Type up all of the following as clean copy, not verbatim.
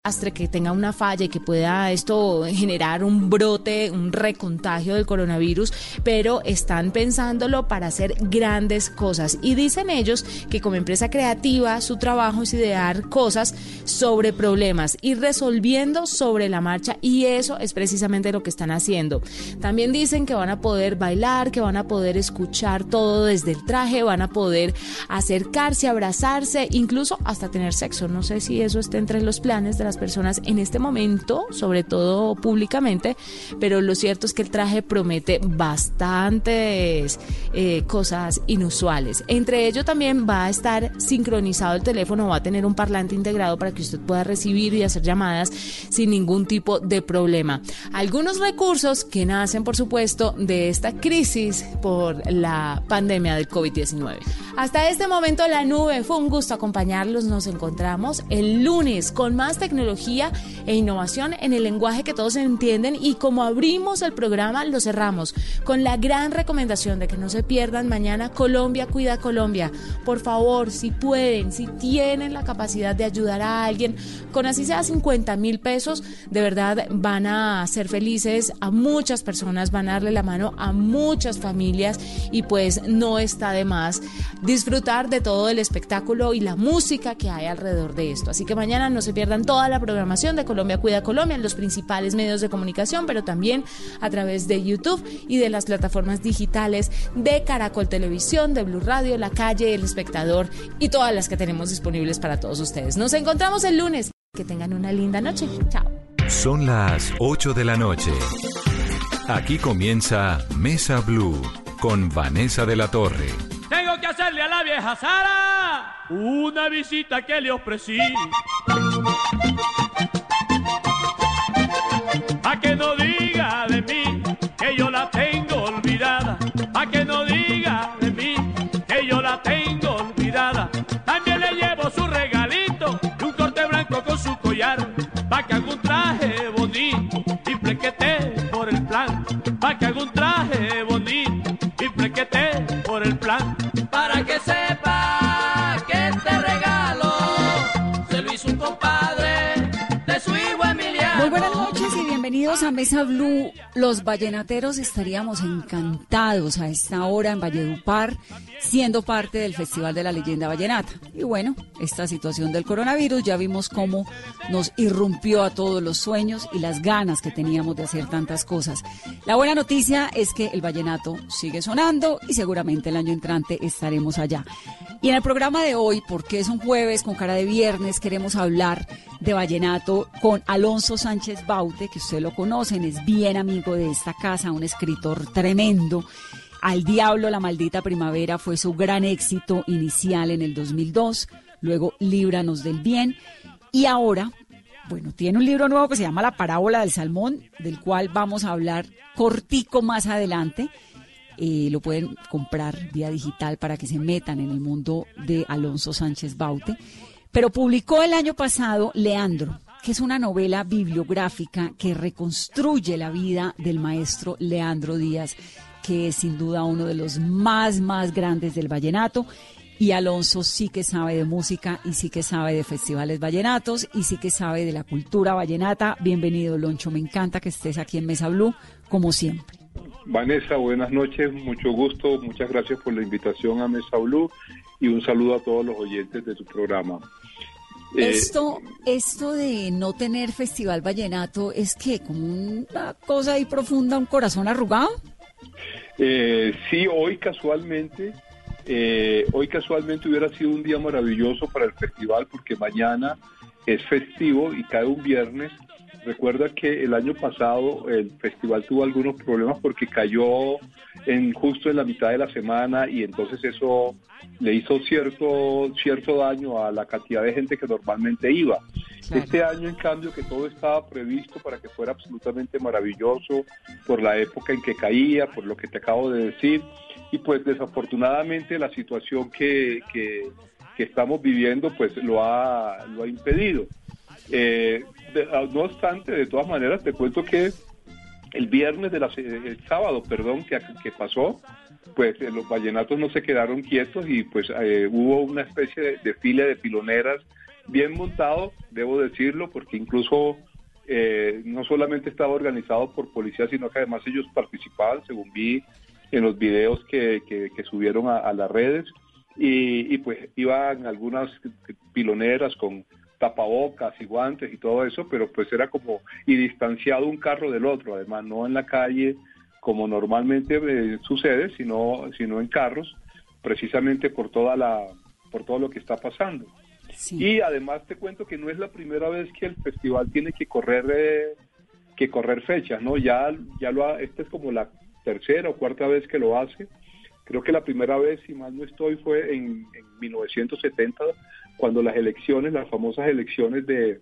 que tenga una falla y que pueda esto generar un brote, un recontagio del coronavirus, pero están pensándolo para hacer grandes cosas. Y dicen ellos que como empresa creativa, su trabajo es idear cosas sobre problemas, ir resolviendo sobre la marcha, y eso es precisamente lo que están haciendo. También dicen que van a poder bailar, que van a poder escuchar todo desde el traje, van a poder acercarse, abrazarse, incluso hasta tener sexo. No sé si eso está entre los planes de las personas en este momento, sobre todo públicamente, pero lo cierto es que el traje promete bastantes cosas inusuales. Entre ello también va a estar sincronizado el teléfono, va a tener un parlante integrado para que usted pueda recibir y hacer llamadas sin ningún tipo de problema. Algunos recursos que nacen, por supuesto, de esta crisis por la pandemia del COVID-19. Hasta este momento La Nube, fue un gusto acompañarlos. Nos encontramos el lunes con más tecnología e innovación en el lenguaje que todos entienden, y como abrimos el programa, lo cerramos con la gran recomendación de que no se pierdan mañana Colombia Cuida Colombia. Por favor, si pueden, si tienen la capacidad de ayudar a alguien, con así sea 50,000 pesos, de verdad van a ser felices a muchas personas, van a darle la mano a muchas familias, y pues no está de más disfrutar de todo el espectáculo y la música que hay alrededor de esto. Así que mañana no se pierdan toda la programación de Colombia Cuida Colombia en los principales medios de comunicación, pero también a través de YouTube y de las plataformas digitales de Caracol Televisión, de Blue Radio, La Calle, El Espectador y todas las que tenemos disponibles para todos ustedes. Nos encontramos el lunes. Que tengan una linda noche. Chao. Son las 8 de la noche. Aquí comienza Mesa Blue con Vanessa de la Torre. Tengo que hacerle a la vieja Sara una visita que le ofrecí. A que no diga de mí que yo la tengo olvidada. A que no diga de mí que yo la tengo olvidada. También le llevo su regalito, un corte blanco con su collar, pa' que haga un traje bonito y plequete por el plan. Pa' que haga un traje bonito y plequete por el plan. Para que sepa que este regalo se lo hizo un compadre de su hijo Emiliano. Muy buenas noches y bienvenidos a Mesa Blue. Los vallenateros estaríamos encantados a esta hora en Valledupar, siendo parte del Festival de la Leyenda Vallenata. Y bueno, esta situación del coronavirus ya vimos cómo nos irrumpió a todos los sueños y las ganas que teníamos de hacer tantas cosas. La buena noticia es que el vallenato sigue sonando y seguramente el año entrante estaremos allá. Y en el programa de hoy, porque es un jueves con cara de viernes, queremos hablar de vallenato con Alonso Sánchez Baute, que ustedes lo conocen, es bien amigo de esta casa, un escritor tremendo. Al diablo la maldita primavera fue su gran éxito inicial en el 2002, luego Líbranos del bien, y ahora, bueno, tiene un libro nuevo que se llama La parábola del salmón, del cual vamos a hablar cortico más adelante. Lo pueden comprar vía digital para que se metan en el mundo de Alonso Sánchez Baute. Pero publicó el año pasado Leandro, que es una novela bibliográfica que reconstruye la vida del maestro Leandro Díaz, que es sin duda uno de los más grandes del vallenato. Y Alonso sí que sabe de música y sí que sabe de festivales vallenatos y sí que sabe de la cultura vallenata. Bienvenido, Loncho, me encanta que estés aquí en Mesa Blue, como siempre. Vanessa, buenas noches, mucho gusto, muchas gracias por la invitación a Mesa Blue y un saludo a todos los oyentes de tu programa. Esto de no tener festival vallenato es que como una cosa ahí profunda, un corazón arrugado. Sí, hoy casualmente hubiera sido un día maravilloso para el festival porque mañana es festivo y cae un viernes. Recuerda que el año pasado el festival tuvo algunos problemas porque cayó justo en la mitad de la semana y entonces eso le hizo cierto daño a la cantidad de gente que normalmente iba. Claro. Este año, en cambio, que todo estaba previsto para que fuera absolutamente maravilloso por la época en que caía, por lo que te acabo de decir, y pues desafortunadamente la situación que estamos viviendo pues lo ha impedido. No obstante, de todas maneras, te cuento que el sábado que pasó, pues los vallenatos no se quedaron quietos y pues hubo una especie de desfile de piloneras bien montado, debo decirlo, porque incluso no solamente estaba organizado por policía, sino que además ellos participaban, según vi en los videos que subieron a las redes, y pues iban algunas piloneras con tapabocas y guantes y todo eso, pero pues era como, y distanciado un carro del otro, además no en la calle como normalmente sucede, sino en carros, precisamente por todo lo que está pasando. Sí. Y además te cuento que no es la primera vez que el festival tiene que correr fechas, ¿no? Esta es como la tercera o cuarta vez que lo hace. Creo que la primera vez, si mal no estoy, fue en 1970, cuando las famosas elecciones de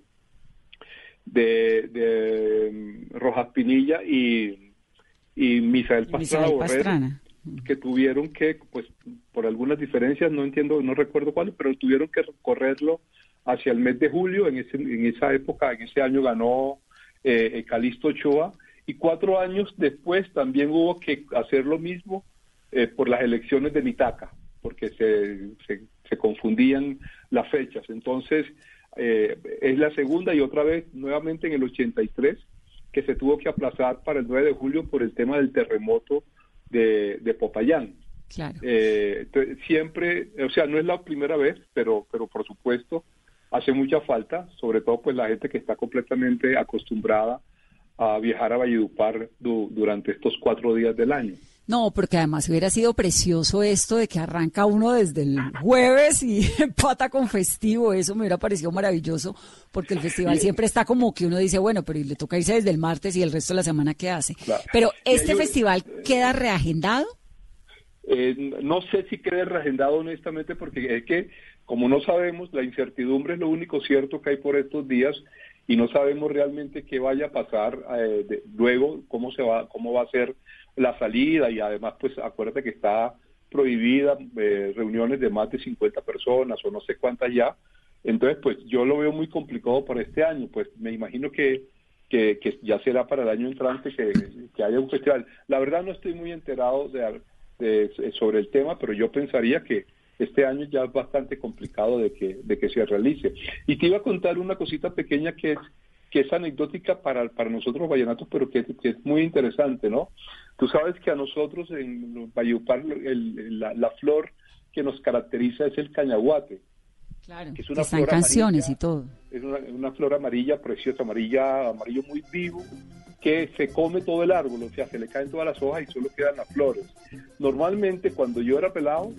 Rojas Pinilla y Misael Pastrana, que tuvieron que, pues por algunas diferencias, no recuerdo cuáles, pero tuvieron que correrlo hacia el mes de julio. En esa época, en ese año ganó Calixto Ochoa, y 4 años después también hubo que hacer lo mismo por las elecciones de Mitaca, porque se confundían las fechas. Entonces, es la segunda, y otra vez, nuevamente en el 83, que se tuvo que aplazar para el 9 de julio por el tema del terremoto de Popayán. Claro. Siempre, o sea, no es la primera vez, pero por supuesto hace mucha falta, sobre todo pues la gente que está completamente acostumbrada a viajar a Valledupar durante estos 4 días del año. No, porque además hubiera sido precioso esto de que arranca uno desde el jueves y empata con festivo. Eso me hubiera parecido maravilloso, porque el festival siempre está como que uno dice, bueno, pero le toca irse desde el martes y el resto de la semana ¿qué hace? Claro. Pero ¿este festival queda reagendado? No sé si quede reagendado honestamente, porque es que, como no sabemos, la incertidumbre es lo único cierto que hay por estos días, y no sabemos realmente qué vaya a pasar luego, cómo va a ser la salida, y además pues acuérdate que está prohibida reuniones de más de 50 personas o no sé cuántas ya. Entonces pues yo lo veo muy complicado para este año. Pues me imagino que ya será para el año entrante que haya un festival. La verdad no estoy muy enterado sobre el tema, pero yo pensaría que este año ya es bastante complicado de que se realice. Y te iba a contar una cosita pequeña que es anecdótica para nosotros vallenatos, pero que es muy interesante, ¿no? Tú sabes que a nosotros en Valledupar la flor que nos caracteriza es el cañaguate. Claro, que es una están flor canciones amarilla, y todo. Es una flor amarilla, preciosa, amarillo muy vivo, que se come todo el árbol, o sea, se le caen todas las hojas y solo quedan las flores. Normalmente, cuando yo era pelado,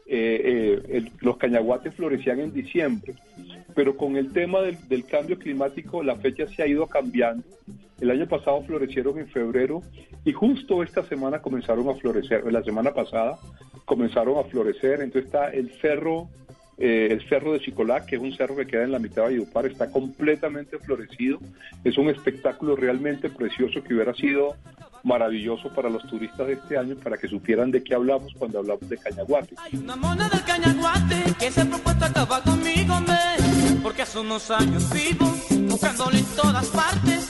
los cañaguates florecían en diciembre, pero con el tema del cambio climático la fecha se ha ido cambiando. El año pasado florecieron en febrero, y justo esta semana comenzaron a florecer, la semana pasada comenzaron a florecer. Entonces está el cerro de Chicolá, que es un cerro que queda en la mitad de Valledupar, está completamente florecido. Es un espectáculo realmente precioso que hubiera sido maravilloso para los turistas de este año, para que supieran de qué hablamos cuando hablamos de cañaguate. Hay una mona del cañaguate que se ha propuesto acabar conmigo, porque hace unos años vivo buscándole en todas partes,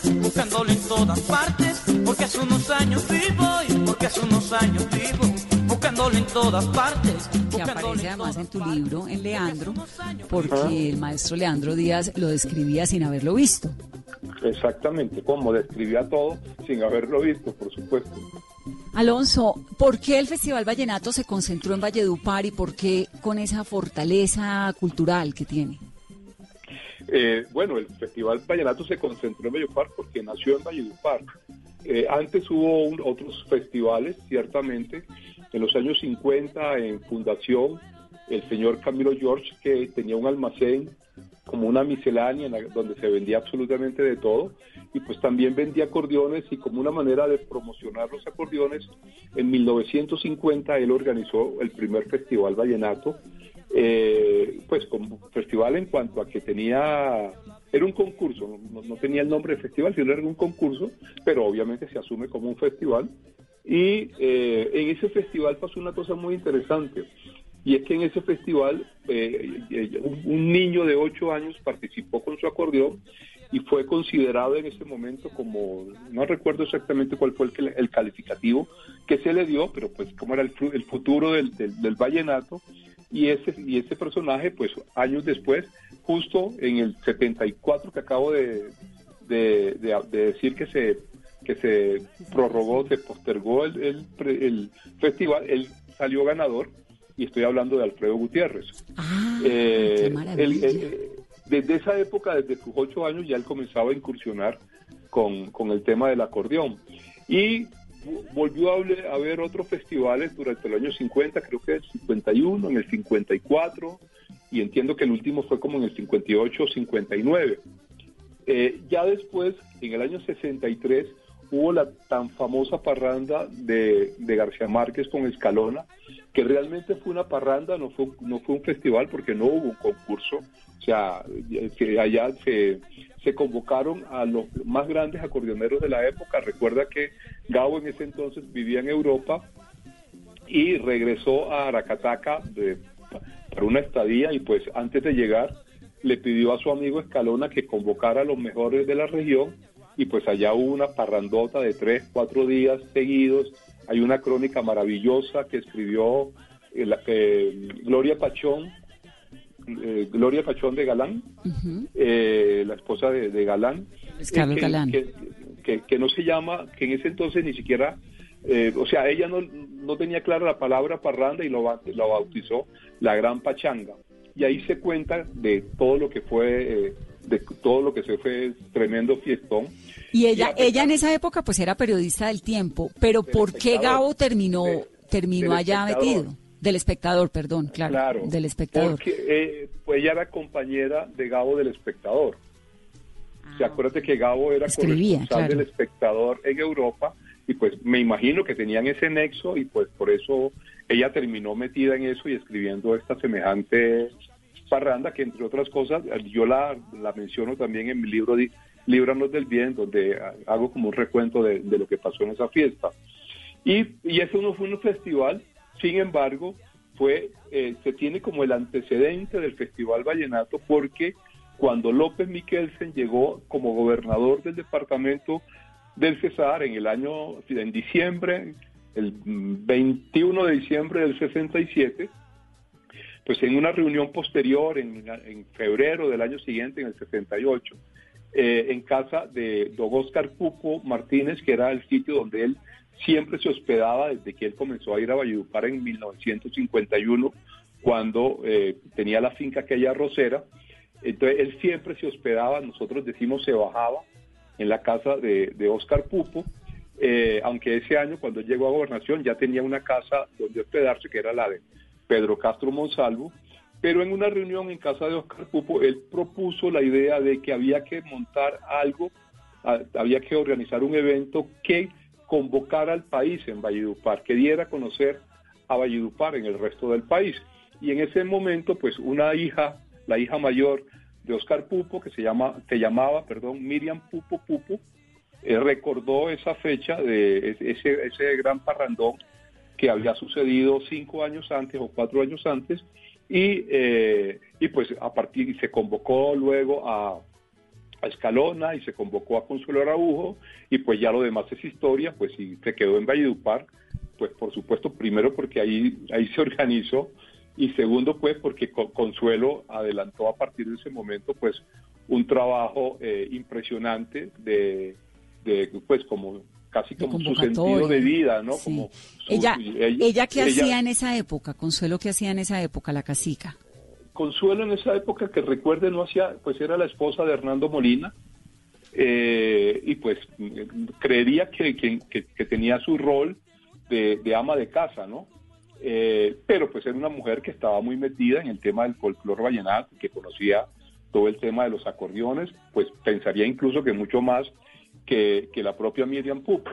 porque hace unos años vivo, porque hace unos años vivo buscándole en todas partes. Que aparece además en tu libro, en Leandro, porque el maestro Leandro Díaz lo describía sin haberlo visto. Exactamente, como describía todo sin haberlo visto, por supuesto. Alonso, ¿por qué el Festival Vallenato se concentró en Valledupar y por qué con esa fortaleza cultural que tiene? Bueno, el Festival Vallenato se concentró en Valledupar porque nació en Valledupar. Antes hubo otros festivales, ciertamente. En los años 50, en fundación, el señor Camilo George, que tenía un almacén como una miscelánea donde se vendía absolutamente de todo, y pues también vendía acordeones, y como una manera de promocionar los acordeones, en 1950 él organizó el primer Festival Vallenato, pues como festival en cuanto a que era un concurso, no tenía el nombre de festival, sino era un concurso, pero obviamente se asume como un festival. Y en ese festival pasó una cosa muy interesante, y es que en ese festival un niño de 8 años participó con su acordeón y fue considerado en ese momento como, no recuerdo exactamente cuál fue el calificativo que se le dio, pero pues como era el futuro del vallenato, y ese personaje, pues años después, justo en el 74 que acabo de decir que se prorrogó, se postergó el festival, él salió ganador, y estoy hablando de Alfredo Gutiérrez. Qué maravilla. Desde esa época, desde sus 8 años, ya él comenzaba a incursionar con el tema del acordeón. Y volvió a haber otros festivales durante el año 50, creo que el 51, en el 54, y entiendo que el último fue como en el 58 o 59. Ya después, en el año 63, hubo la tan famosa parranda de García Márquez con Escalona, que realmente fue una parranda, no fue un festival porque no hubo un concurso. O sea, allá se convocaron a los más grandes acordeoneros de la época. Recuerda que Gabo en ese entonces vivía en Europa y regresó a Aracataca para una estadía, y pues antes de llegar le pidió a su amigo Escalona que convocara a los mejores de la región, y pues allá hubo una parrandota de 3-4 días seguidos. Hay una crónica maravillosa que escribió Gloria Pachón de Galán, la esposa de Galán, Carlos Galán, que no se llama, que en ese entonces ni siquiera, o sea, ella no tenía clara la palabra parranda y lo bautizó la Gran Pachanga. Y ahí se cuenta de todo lo que fue, se fue tremendo fiestón. Y ella en esa época pues era periodista del Tiempo, pero ¿por qué Gabo terminó allá metido? Del Espectador, perdón, claro, del Espectador. Porque pues ella era compañera de Gabo del Espectador. O sea, acuérdate que Gabo era corresponsal del Espectador en Europa, y pues me imagino que tenían ese nexo, y pues por eso ella terminó metida en eso y escribiendo esta semejante parranda, que entre otras cosas yo la menciono también en mi libro Líbranos del Bien, donde hago como un recuento de lo que pasó en esa fiesta. Y eso no fue un festival, sin embargo, se tiene como el antecedente del Festival Vallenato, porque cuando López Miquelsen llegó como gobernador del departamento del Cesar en diciembre, el 21 de diciembre del 67, pues en una reunión posterior, en febrero del año siguiente, en el 68, en casa de don Óscar Pupo Martínez, que era el sitio donde él siempre se hospedaba desde que él comenzó a ir a Valledupar en 1951, cuando tenía la finca aquella arrocera. Entonces él siempre se hospedaba, nosotros decimos se bajaba, en la casa de Óscar Pupo, aunque ese año cuando él llegó a Gobernación ya tenía una casa donde hospedarse, que era la de Pedro Castro Monsalvo, pero en una reunión en casa de Óscar Pupo, él propuso la idea de que había que montar algo, había que organizar un evento que convocara al país en Valledupar, que diera a conocer a Valledupar en el resto del país. Y en ese momento, pues la hija mayor de Óscar Pupo, que se llamaba Miriam Pupo, recordó esa fecha de ese gran parrandón que había sucedido 5 años antes o 4 años antes, y pues se convocó luego a Escalona y se convocó a Consuelo Araujo, y pues ya lo demás es historia, pues y se quedó en Valledupar, pues por supuesto, primero porque ahí se organizó, y segundo pues porque Consuelo adelantó a partir de ese momento pues un trabajo impresionante de pues como casi como su sentido de vida, ¿no? Sí. Como ella ¿qué hacía en esa época? Consuelo, ¿qué hacía en esa época, la cacica? Consuelo en esa época, que recuerde, no hacía, pues era la esposa de Hernando Molina, y pues creería que tenía su rol de ama de casa, ¿no? Pero pues era una mujer que estaba muy metida en el tema del folclore vallenato, que conocía todo el tema de los acordeones, pues pensaría incluso que mucho más que la propia Miriam Pupo.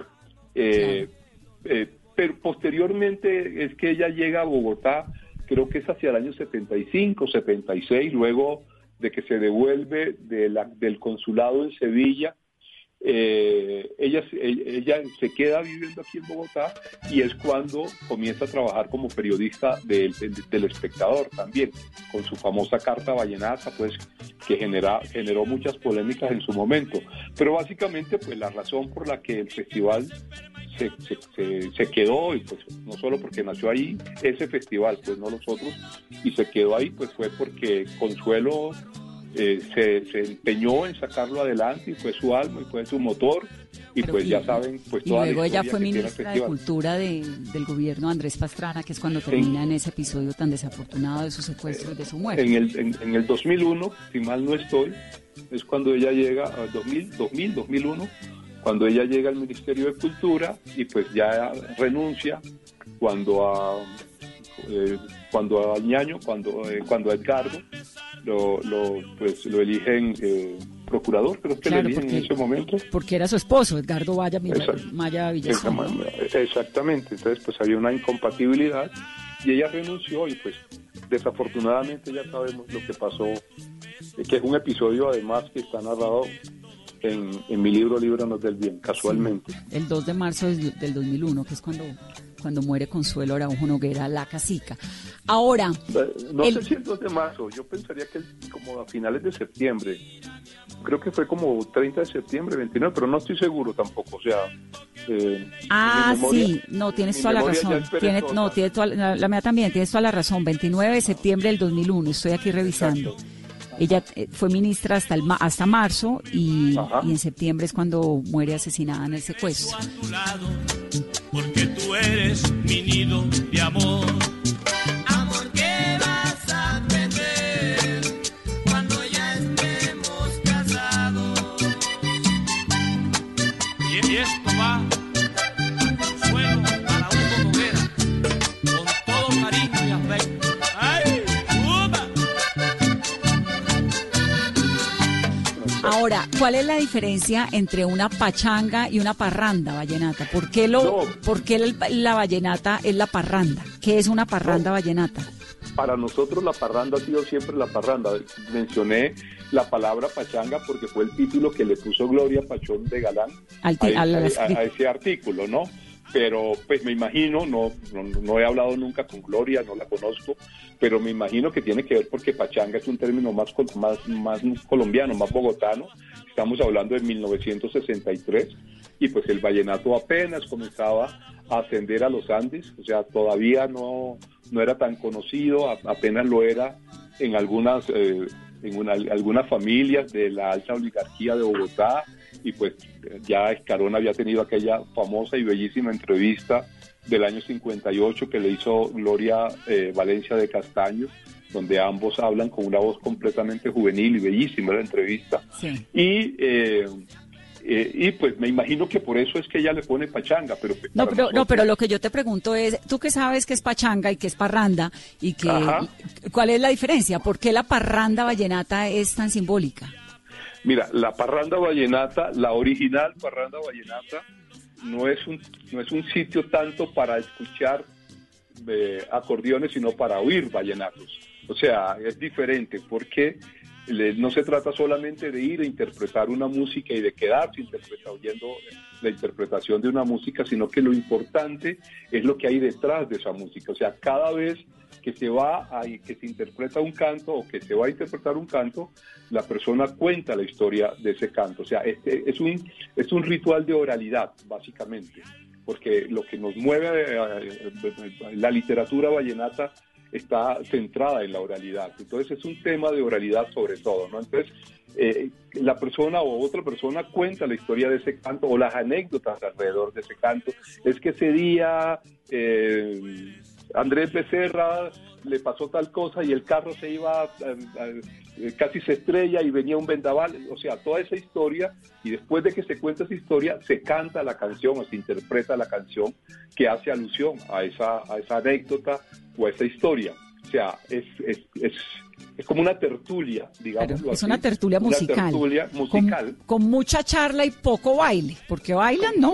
Pero posteriormente es que ella llega a Bogotá, creo que es hacia el año 75, 76, luego de que se devuelve del consulado en Sevilla. Ella se queda viviendo aquí en Bogotá, y es cuando comienza a trabajar como periodista del Espectador también, con su famosa carta vallenata, pues que generó muchas polémicas en su momento. Pero básicamente pues la razón por la que el festival se quedó, y pues no solo porque nació ahí ese festival, pues no los otros, y se quedó ahí, pues fue porque Consuelo se empeñó en sacarlo adelante, y fue su alma y fue su motor, y Pero pues ya saben, pues y toda luego la ella historia fue que tiene el ministra de festival. Cultura del gobierno de Andrés Pastrana, que es cuando termina en ese episodio tan desafortunado de su secuestro y de su muerte. En el 2001, si mal no estoy, es cuando ella llega, 2001, cuando ella llega al Ministerio de Cultura, y pues ya renuncia cuando a Ñaño, cuando a Edgardo lo eligen procurador, creo que Claro, lo eligen en ese momento. porque era su esposo, Edgardo Maya Villazón, ¿no? Exactamente, entonces pues había una incompatibilidad y ella renunció, y pues desafortunadamente ya sabemos lo que pasó, que es un episodio además que está narrado en mi libro Líbranos del Bien, casualmente. Sí, el 2 de marzo del 2001, que es cuando muere Consuelo Araujo Noguera, la cacica. Ahora... No sé si el 2 de marzo, yo pensaría que como a finales de septiembre, creo que fue como 30 de septiembre, 29, pero no estoy seguro tampoco, o sea... sí, no, tienes toda la razón. La mía también, tienes toda la razón, 29 de septiembre del 2001, estoy aquí revisando. Exacto. Ella fue ministra hasta marzo y en septiembre es cuando muere asesinada en el secuestro. A tu lado, porque tú eres mi nido de amor. Amor que vas a tener cuando ya estemos casados. Y esto va Consuelo Araujo Noguera, con todo cariño y afecto. ¡Ay! ¡Upa! Ahora, ¿cuál es la diferencia entre una pachanga y una parranda vallenata? ¿Por qué la vallenata es la parranda? ¿Qué es una parranda vallenata? Para nosotros la parranda ha sido siempre la parranda. Mencioné la palabra pachanga porque fue el título que le puso Gloria Pachón de Galán a ese artículo, ¿no? Pero pues me imagino, no he hablado nunca con Gloria, no la conozco, pero me imagino que tiene que ver porque pachanga es un término más colombiano, más bogotano. Estamos hablando de 1963 y pues el vallenato apenas comenzaba a ascender a los Andes, o sea, todavía no era tan conocido, apenas lo era en algunas familias de la alta oligarquía de Bogotá, y pues ya Escarón había tenido aquella famosa y bellísima entrevista del año 58 que le hizo Gloria Valencia de Castaño, donde ambos hablan con una voz completamente juvenil y bellísima la entrevista. Sí. Y pues me imagino que por eso es que ella le pone pachanga, pero pero lo que yo te pregunto es, tú que sabes que es pachanga y que es parranda y que ¿cuál es la diferencia? ¿Por qué la parranda vallenata es tan simbólica? Mira, la parranda vallenata, la original parranda vallenata, no es un sitio tanto para escuchar acordeones, sino para oír vallenatos. O sea, es diferente porque no se trata solamente de ir a interpretar una música y de quedarse oyendo la interpretación de una música, sino que lo importante es lo que hay detrás de esa música. O sea, cada vez que se interpreta un canto o que se va a interpretar un canto, la persona cuenta la historia de ese canto. O sea, es un ritual de oralidad, básicamente, porque lo que nos mueve la literatura vallenata está centrada en la oralidad. Entonces es un tema de oralidad sobre todo, ¿no? Entonces la persona o otra persona cuenta la historia de ese canto o las anécdotas alrededor de ese canto. Es que ese día Andrés Becerra le pasó tal cosa y el carro se iba, casi se estrella y venía un vendaval, o sea, toda esa historia, y después de que se cuenta esa historia, se canta la canción o se interpreta la canción que hace alusión a esa anécdota o a esa historia. O sea, es como una tertulia, digamos. Es una tertulia musical. Con mucha charla y poco baile, porque bailan no.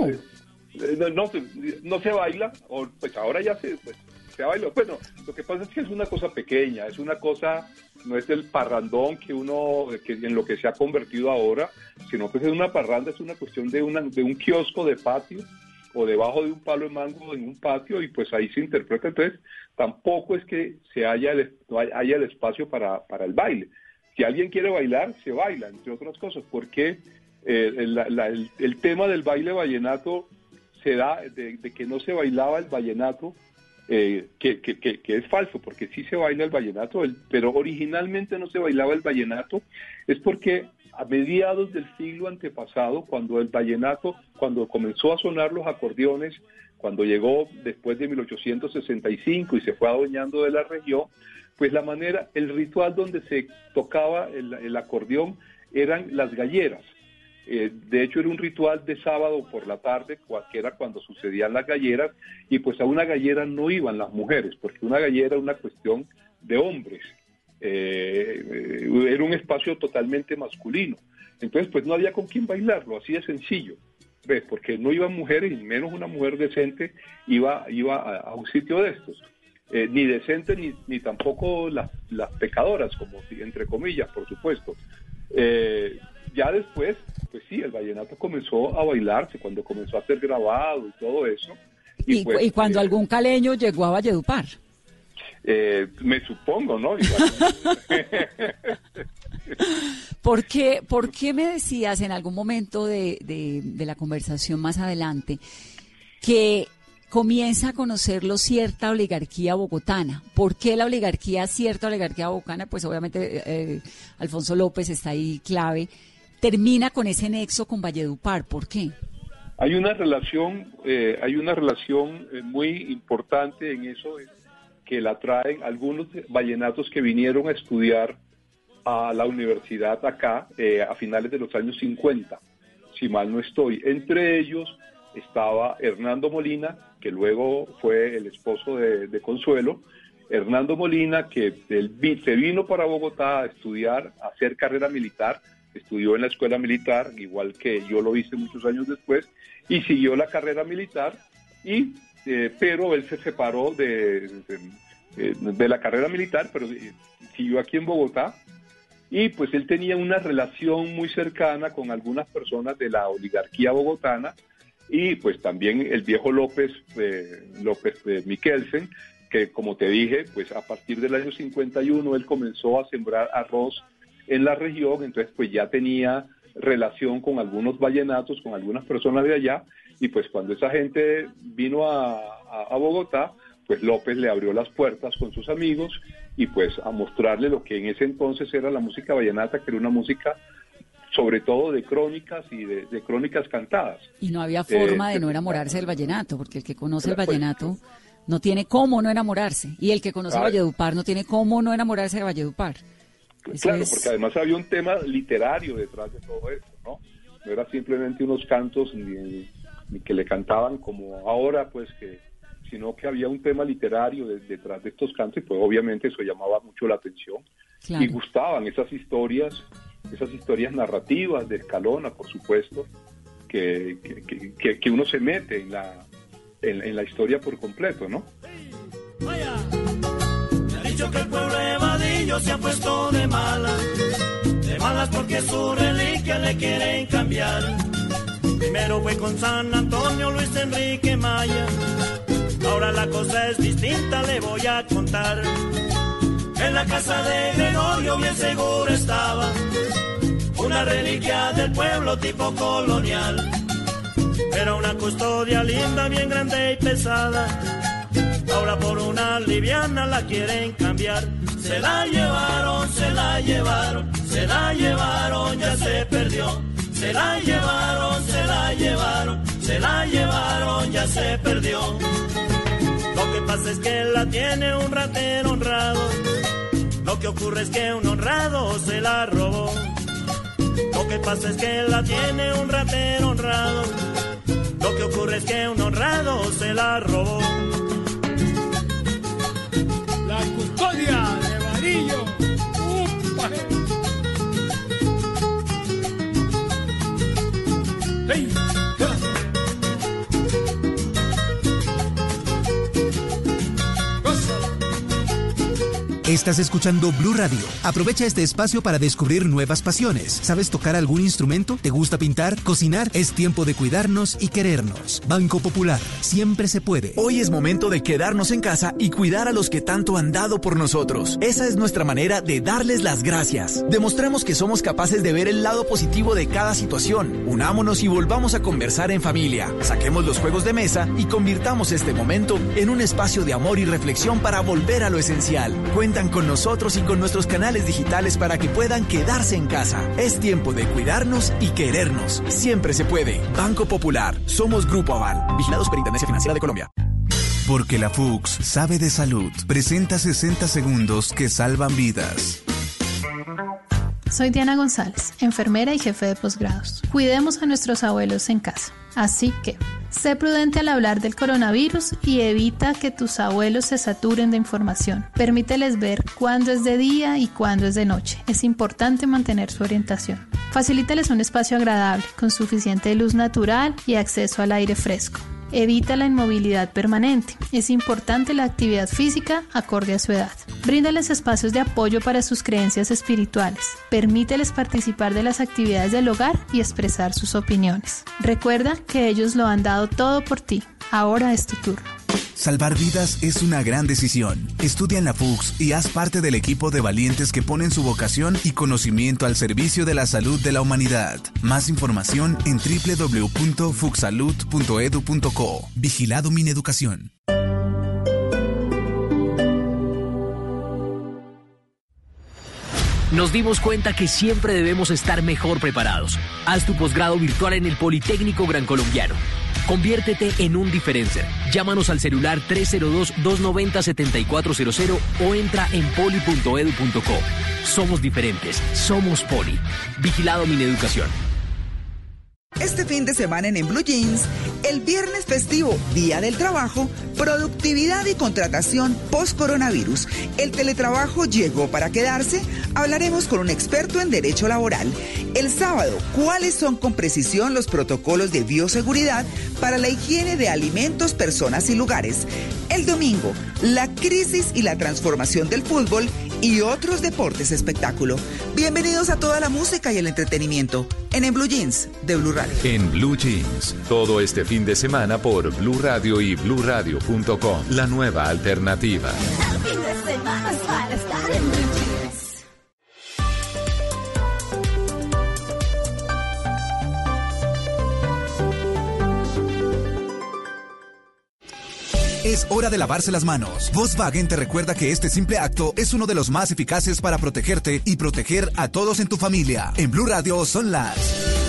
No se baila, o pues ahora ya se baila. Bueno, lo que pasa es que es una cosa pequeña, es una cosa, no es el parrandón que en lo que se ha convertido ahora, sino que es una parranda, es una cuestión de un kiosco de patio o debajo de un palo de mango en un patio, y pues ahí se interpreta. Entonces tampoco es que haya el espacio para el baile. Si alguien quiere bailar, se baila, entre otras cosas, porque el tema del baile vallenato se da de que no se bailaba el vallenato, que es falso, porque sí se baila el vallenato, pero originalmente no se bailaba el vallenato, es porque a mediados del siglo antepasado, cuando el vallenato, cuando comenzó a sonar los acordeones, cuando llegó después de 1865 y se fue adueñando de la región, pues el ritual donde se tocaba el acordeón eran las galleras. De hecho, era un ritual de sábado por la tarde, que era cuando sucedían las galleras, y pues a una gallera no iban las mujeres, porque una gallera era una cuestión de hombres. Era un espacio totalmente masculino. Entonces, pues no había con quién bailarlo, así de sencillo. ¿Ves? Porque no iban mujeres, y menos una mujer decente iba a un sitio de estos. Ni decente, ni tampoco las pecadoras, como entre comillas, por supuesto. Ya después, pues sí, el vallenato comenzó a bailarse, cuando comenzó a ser grabado y todo eso. Y cuando algún caleño llegó a Valledupar. Me supongo, ¿no? ¿Por qué me decías en algún momento de la conversación más adelante que comienza a conocerlo cierta oligarquía bogotana? ¿Por qué cierta oligarquía bogotana? Pues obviamente Alfonso López está ahí clave. Termina con ese nexo con Valledupar. ¿Por qué? Hay una relación muy importante en eso, que la traen algunos vallenatos que vinieron a estudiar a la universidad acá a finales de los años 50, si mal no estoy. Entre ellos estaba Hernando Molina, que luego fue el esposo de Consuelo. Hernando Molina, que se vino para Bogotá a estudiar, a hacer carrera militar, estudió en la escuela militar, igual que yo lo hice muchos años después, y siguió la carrera militar, pero él se separó de la carrera militar, pero siguió aquí en Bogotá, y pues él tenía una relación muy cercana con algunas personas de la oligarquía bogotana, y pues también el viejo López Mikkelsen, que como te dije, pues a partir del año 51 él comenzó a sembrar arroz en la región, entonces pues ya tenía relación con algunos vallenatos, con algunas personas de allá, y pues cuando esa gente vino a Bogotá, pues López le abrió las puertas con sus amigos y pues a mostrarle lo que en ese entonces era la música vallenata, que era una música sobre todo de crónicas y de crónicas cantadas. Y no había forma de no enamorarse del vallenato, porque el que conoce el vallenato no tiene cómo no enamorarse, y el que conoce Valledupar no tiene cómo no enamorarse de Valledupar. Claro, porque además había un tema literario detrás de todo esto, ¿no? No era simplemente unos cantos ni que le cantaban como ahora, pues, sino que había un tema literario detrás de estos cantos, y pues obviamente eso llamaba mucho la atención. Claro. Y gustaban esas historias narrativas de Escalona, por supuesto, que uno se mete en la historia por completo, ¿no? Vaya. Me ha dicho que el pueblo de Vadillo se ha puesto de malas porque su reliquia le quieren cambiar. Primero fue con San Antonio Luis Enrique Maya, ahora la cosa es distinta, le voy a contar. En la casa de Gregorio bien seguro estaba una reliquia del pueblo tipo colonial. Era una custodia linda, bien grande y pesada, ahora por una liviana la quieren cambiar. Se la llevaron, ya se perdió. Se la llevaron, ya se perdió. Lo que pasa es que la tiene un ratero honrado. Lo que ocurre es que un honrado se la robó. Lo que pasa es que la tiene un ratero honrado. Lo que ocurre es que un honrado se la robó. La custodia de Vadillo. ¡Hey! Estás escuchando Blue Radio. Aprovecha este espacio para descubrir nuevas pasiones. ¿Sabes tocar algún instrumento? ¿Te gusta pintar? ¿Cocinar? Es tiempo de cuidarnos y querernos. Banco Popular. Siempre se puede. Hoy es momento de quedarnos en casa y cuidar a los que tanto han dado por nosotros. Esa es nuestra manera de darles las gracias. Demostremos que somos capaces de ver el lado positivo de cada situación. Unámonos y volvamos a conversar en familia. Saquemos los juegos de mesa y convirtamos este momento en un espacio de amor y reflexión para volver a lo esencial. Cuentan con nosotros y con nuestros canales digitales para que puedan quedarse en casa. Es tiempo de cuidarnos y querernos. Siempre se puede. Banco Popular. Somos Grupo Aval. Vigilado Superintendencia Financiera de Colombia. Porque la FUX sabe de salud. Presenta 60 segundos que salvan vidas. Soy Diana González, enfermera y jefe de posgrados. Cuidemos a nuestros abuelos en casa. Así que, sé prudente al hablar del coronavirus y evita que tus abuelos se saturen de información. Permíteles ver cuándo es de día y cuándo es de noche. Es importante mantener su orientación. Facilíteles un espacio agradable, con suficiente luz natural y acceso al aire fresco. Evita la inmovilidad permanente. Es importante la actividad física acorde a su edad. Bríndales espacios de apoyo para sus creencias espirituales. Permíteles participar de las actividades del hogar y expresar sus opiniones. Recuerda que ellos lo han dado todo por ti. Ahora es tu turno. Salvar vidas es una gran decisión. Estudia en la FUX y haz parte del equipo de valientes que ponen su vocación y conocimiento al servicio de la salud de la humanidad. Más información en www.fuxsalud.edu.co. Vigilado Mineducación. Nos dimos cuenta que siempre debemos estar mejor preparados. Haz tu posgrado virtual en el Politécnico Gran Colombiano. Conviértete en un diferencer. Llámanos al celular 302-290-7400 o entra en poli.edu.co. Somos diferentes. Somos Poli. Vigilado Mineducación. Este fin de semana en Blue Jeans, el viernes festivo, Día del Trabajo, productividad y contratación post-coronavirus. El teletrabajo llegó para quedarse. Hablaremos con un experto en derecho laboral. El sábado, ¿cuáles son con precisión los protocolos de bioseguridad para la higiene de alimentos, personas y lugares? El domingo, la crisis y la transformación del fútbol y otros deportes espectáculo. Bienvenidos a toda la música y el entretenimiento en Blue Jeans de Blue Radio. En Blue Jeans, todo este fin de semana por Blue Radio y BlueRadio.com, la nueva alternativa. El fin de semana es para estar en Blue Jeans. Es hora de lavarse las manos. Volkswagen te recuerda que este simple acto es uno de los más eficaces para protegerte y proteger a todos en tu familia. En Blue Radio son las...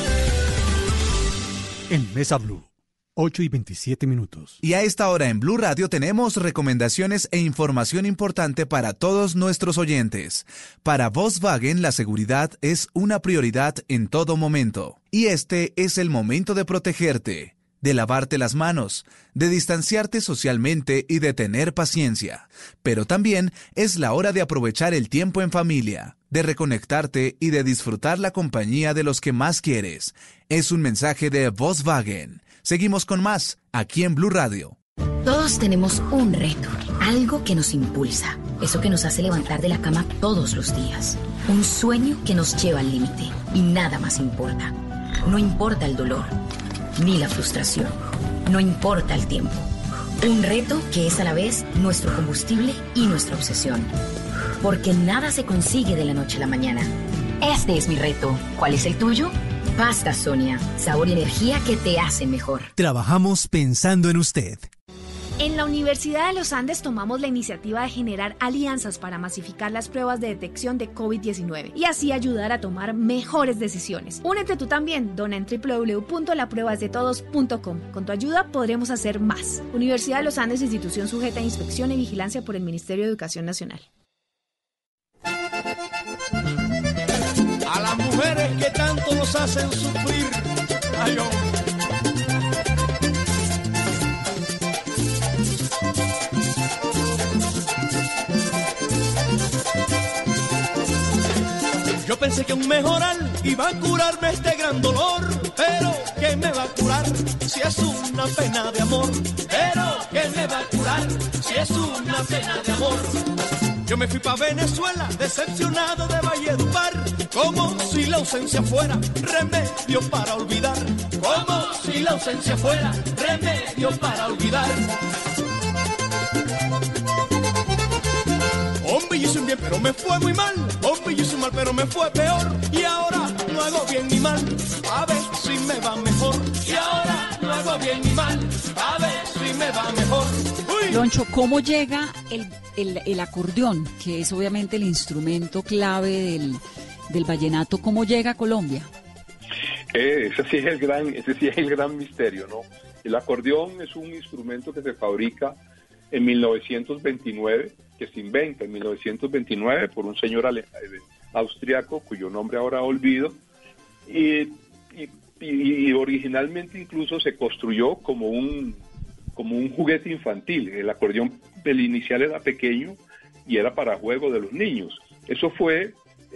En Mesa Blue, 8:27. Y a esta hora en Blue Radio tenemos recomendaciones e información importante para todos nuestros oyentes. Para Volkswagen, la seguridad es una prioridad en todo momento. Y este es el momento de protegerte, de lavarte las manos, de distanciarte socialmente y de tener paciencia. Pero también es la hora de aprovechar el tiempo en familia, de reconectarte y de disfrutar la compañía de los que más quieres. Es un mensaje de Volkswagen. Seguimos con más, aquí en Blue Radio. Todos tenemos un reto, algo que nos impulsa, eso que nos hace levantar de la cama todos los días. Un sueño que nos lleva al límite y nada más importa. No importa el dolor, ni la frustración. No importa el tiempo. Un reto que es a la vez nuestro combustible y nuestra obsesión. Porque nada se consigue de la noche a la mañana. Este es mi reto. ¿Cuál es el tuyo? Pasta Sonia. Sabor y energía que te hacen mejor. Trabajamos pensando en usted. En la Universidad de los Andes tomamos la iniciativa de generar alianzas para masificar las pruebas de detección de COVID-19 y así ayudar a tomar mejores decisiones. Únete tú también, dona en www.lapruebasdetodos.com. Con tu ayuda podremos hacer más. Universidad de los Andes, institución sujeta a inspección y vigilancia por el Ministerio de Educación Nacional. A las mujeres que tanto nos hacen sufrir. Ay, oh. Yo pensé que un mejoral iba a curarme este gran dolor, pero ¿qué me va a curar si es una pena de amor? Pero ¿qué me va a curar si es una pena de amor? Yo me fui pa' Venezuela, decepcionado de Valledupar, como si la ausencia fuera remedio para olvidar, como si la ausencia fuera remedio para olvidar. Hombre, yo hice un bien, pero me fue muy mal. Hombre, yo hice un mal, pero me fue peor. Y ahora no hago bien ni mal, a ver si me va mejor. Y ahora no hago bien ni mal, a ver si me va mejor. Uy. Loncho, ¿cómo llega el acordeón, que es obviamente el instrumento clave del vallenato? ¿Cómo llega a Colombia? Ese sí es el gran misterio, ¿no? El acordeón es un instrumento que se fabrica en 1929, que se inventa en 1929 por un señor austriaco cuyo nombre ahora olvido, y originalmente incluso se construyó como un juguete infantil. El acordeón del inicial era pequeño y era para juego de los niños. Eso fue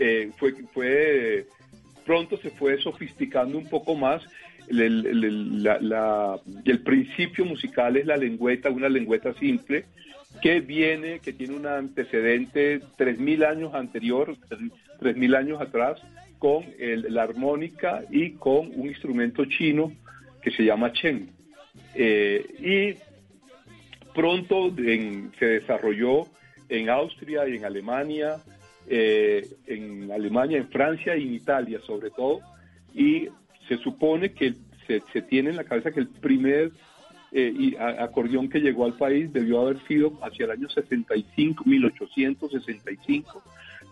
pronto se fue sofisticando un poco más. El principio musical es la lengüeta, una lengüeta simple que tiene un antecedente 3.000 años anterior, 3.000 años atrás, con la armónica y con un instrumento chino que se llama chen. Y pronto se desarrolló en Austria y en Alemania, en Francia y en Italia sobre todo, y se supone que se tiene en la cabeza que el primer acordeón que llegó al país debió haber sido hacia el año 1865,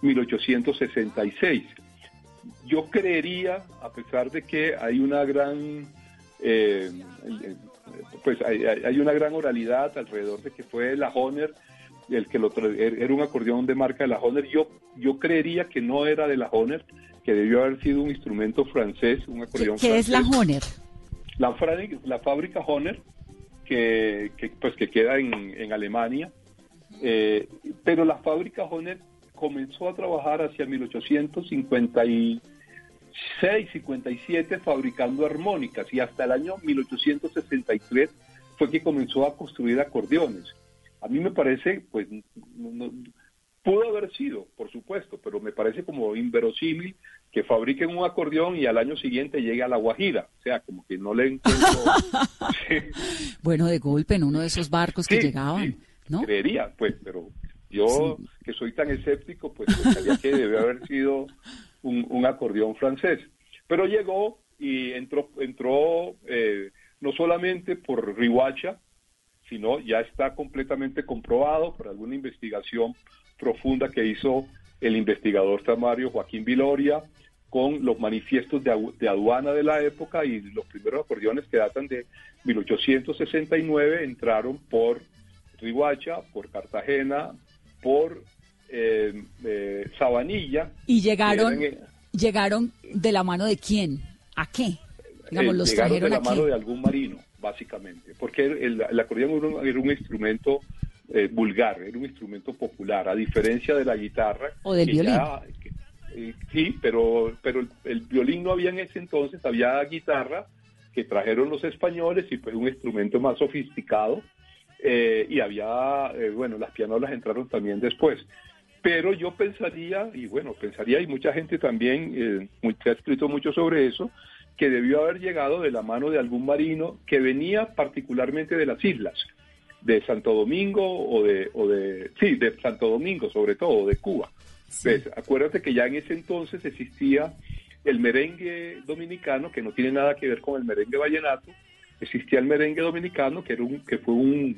1866. Yo creería, a pesar de que hay una gran hay una gran oralidad alrededor de que fue la Hohner el que era un acordeón de marca de la Hohner, yo creería que no era de la Hohner, que debió haber sido un instrumento francés, un acordeón francés. ¿Qué es la Hohner? La fábrica Hohner, que queda en Alemania, pero la fábrica Hohner comenzó a trabajar hacia 1856-57 fabricando armónicas, y hasta el año 1863 fue que comenzó a construir acordeones. A mí me parece, pues, no, pudo haber sido, por supuesto, pero me parece como inverosímil que fabriquen un acordeón y al año siguiente llegue a La Guajira. O sea, como que no le encuentro... Sí. Bueno, de golpe en uno de esos barcos que llegaban, ¿no? Creería, pues, pero yo, que soy tan escéptico, pues pensaría que debe haber sido un acordeón francés. Pero llegó y entró no solamente por Riohacha, sino ya está completamente comprobado por alguna investigación profunda que hizo el investigador tamario Joaquín Viloria con los manifiestos de aduana de la época, y los primeros acordeones que datan de 1869 entraron por Riohacha, por Cartagena, por Sabanilla. ¿Y llegaron de la mano de quién? ¿A qué? Digamos, los llegaron trajeron de la aquí. mano de algún marino, básicamente, porque el acordeón era un instrumento vulgar, era un instrumento popular, a diferencia de la guitarra. O del violín. Sí, pero el violín no había en ese entonces, había guitarra que trajeron los españoles y fue un instrumento más sofisticado, y había, las pianolas entraron también después. Pero yo pensaría, y mucha gente también se ha escrito mucho sobre eso, que debió haber llegado de la mano de algún marino que venía particularmente de las islas, de Santo Domingo de Santo Domingo sobre todo, de Cuba. Sí. ¿Ves? Acuérdate que ya en ese entonces existía el merengue dominicano, que no tiene nada que ver con el merengue vallenato. Existía el merengue dominicano, que fue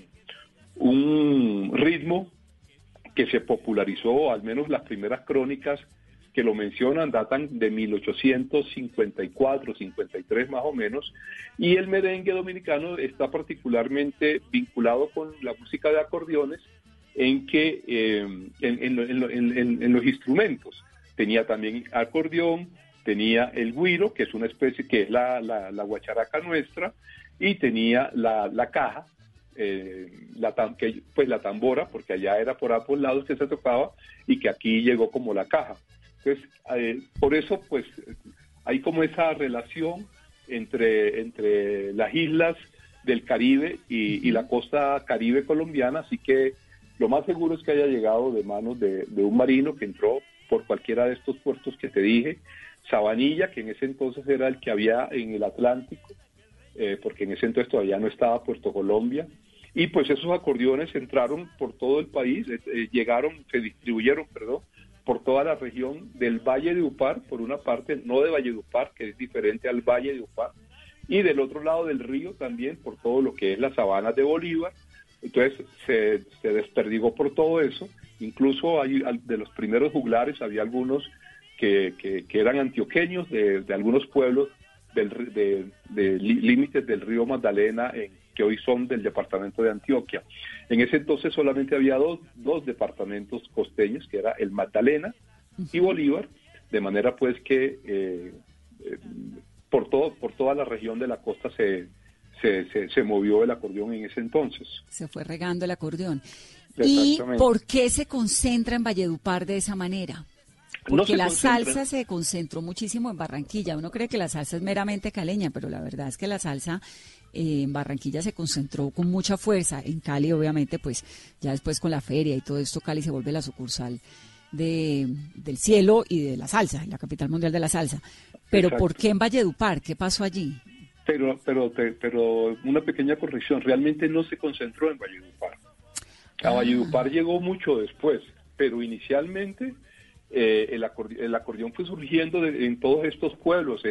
un ritmo que se popularizó, al menos las primeras crónicas que lo mencionan datan de 1854, 53 más o menos, y el merengue dominicano está particularmente vinculado con la música de acordeones, en que en los instrumentos tenía también acordeón, tenía el güiro, que es una especie, que es la guacharaca nuestra, y tenía la caja, la tambora, porque allá era por ambos lados que se tocaba, y que aquí llegó como la caja. Entonces, por eso, pues, hay como esa relación entre las islas del Caribe y la costa caribe colombiana, así que lo más seguro es que haya llegado de manos de un marino que entró por cualquiera de estos puertos que te dije, Sabanilla, que en ese entonces era el que había en el Atlántico, porque en ese entonces todavía no estaba Puerto Colombia, y pues esos acordeones entraron por todo el país, se distribuyeron, por toda la región del Valle de Upar, por una parte, no de Valledupar, que es diferente al Valle de Upar, y del otro lado del río también, por todo lo que es las sabanas de Bolívar. Entonces se desperdigó por todo eso. Incluso de los primeros juglares había algunos que eran antioqueños de algunos pueblos de límites del río Magdalena, que hoy son del departamento de Antioquia. En ese entonces solamente había dos departamentos costeños, que era el Magdalena y Bolívar, de manera pues que por toda la región de la costa se movió el acordeón en ese entonces. Se fue regando el acordeón. ¿Y por qué se concentra en Valledupar de esa manera? Porque la salsa se concentró muchísimo en Barranquilla. Uno cree que la salsa es meramente caleña, pero la verdad es que la salsa en Barranquilla se concentró con mucha fuerza. En Cali, obviamente, pues ya después con la feria y todo esto, Cali se vuelve la sucursal del cielo y de la salsa, la capital mundial de la salsa. Pero exacto. ¿Por qué en Valledupar? ¿Qué pasó allí? Pero una pequeña corrección, realmente no se concentró en Valledupar. A Valledupar llegó mucho después, pero inicialmente el acordeón fue surgiendo en todos estos pueblos.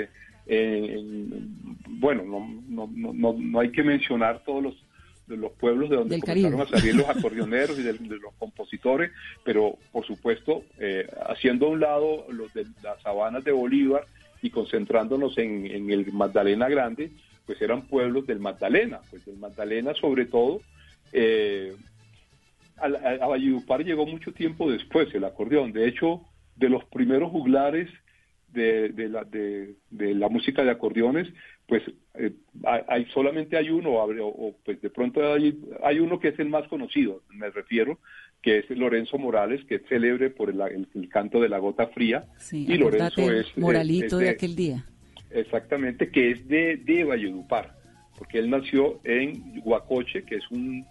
Bueno, no hay que mencionar todos los pueblos de donde comenzaron a salir los acordeoneros y de los compositores, pero por supuesto haciendo a un lado los de las sabanas de Bolívar y concentrándonos en el Magdalena Grande, pues eran pueblos del Magdalena, sobre todo. A Valledupar llegó mucho tiempo después el acordeón. De hecho, de los primeros juglares de la música de acordeones, pues solamente hay uno, o pues de pronto hay uno que es el más conocido, me refiero, que es Lorenzo Morales, que es célebre por el canto de la gota fría. Sí, y Lorenzo es Moralito de aquel día. Exactamente, que es de Valledupar, porque él nació en Huacoche, que es un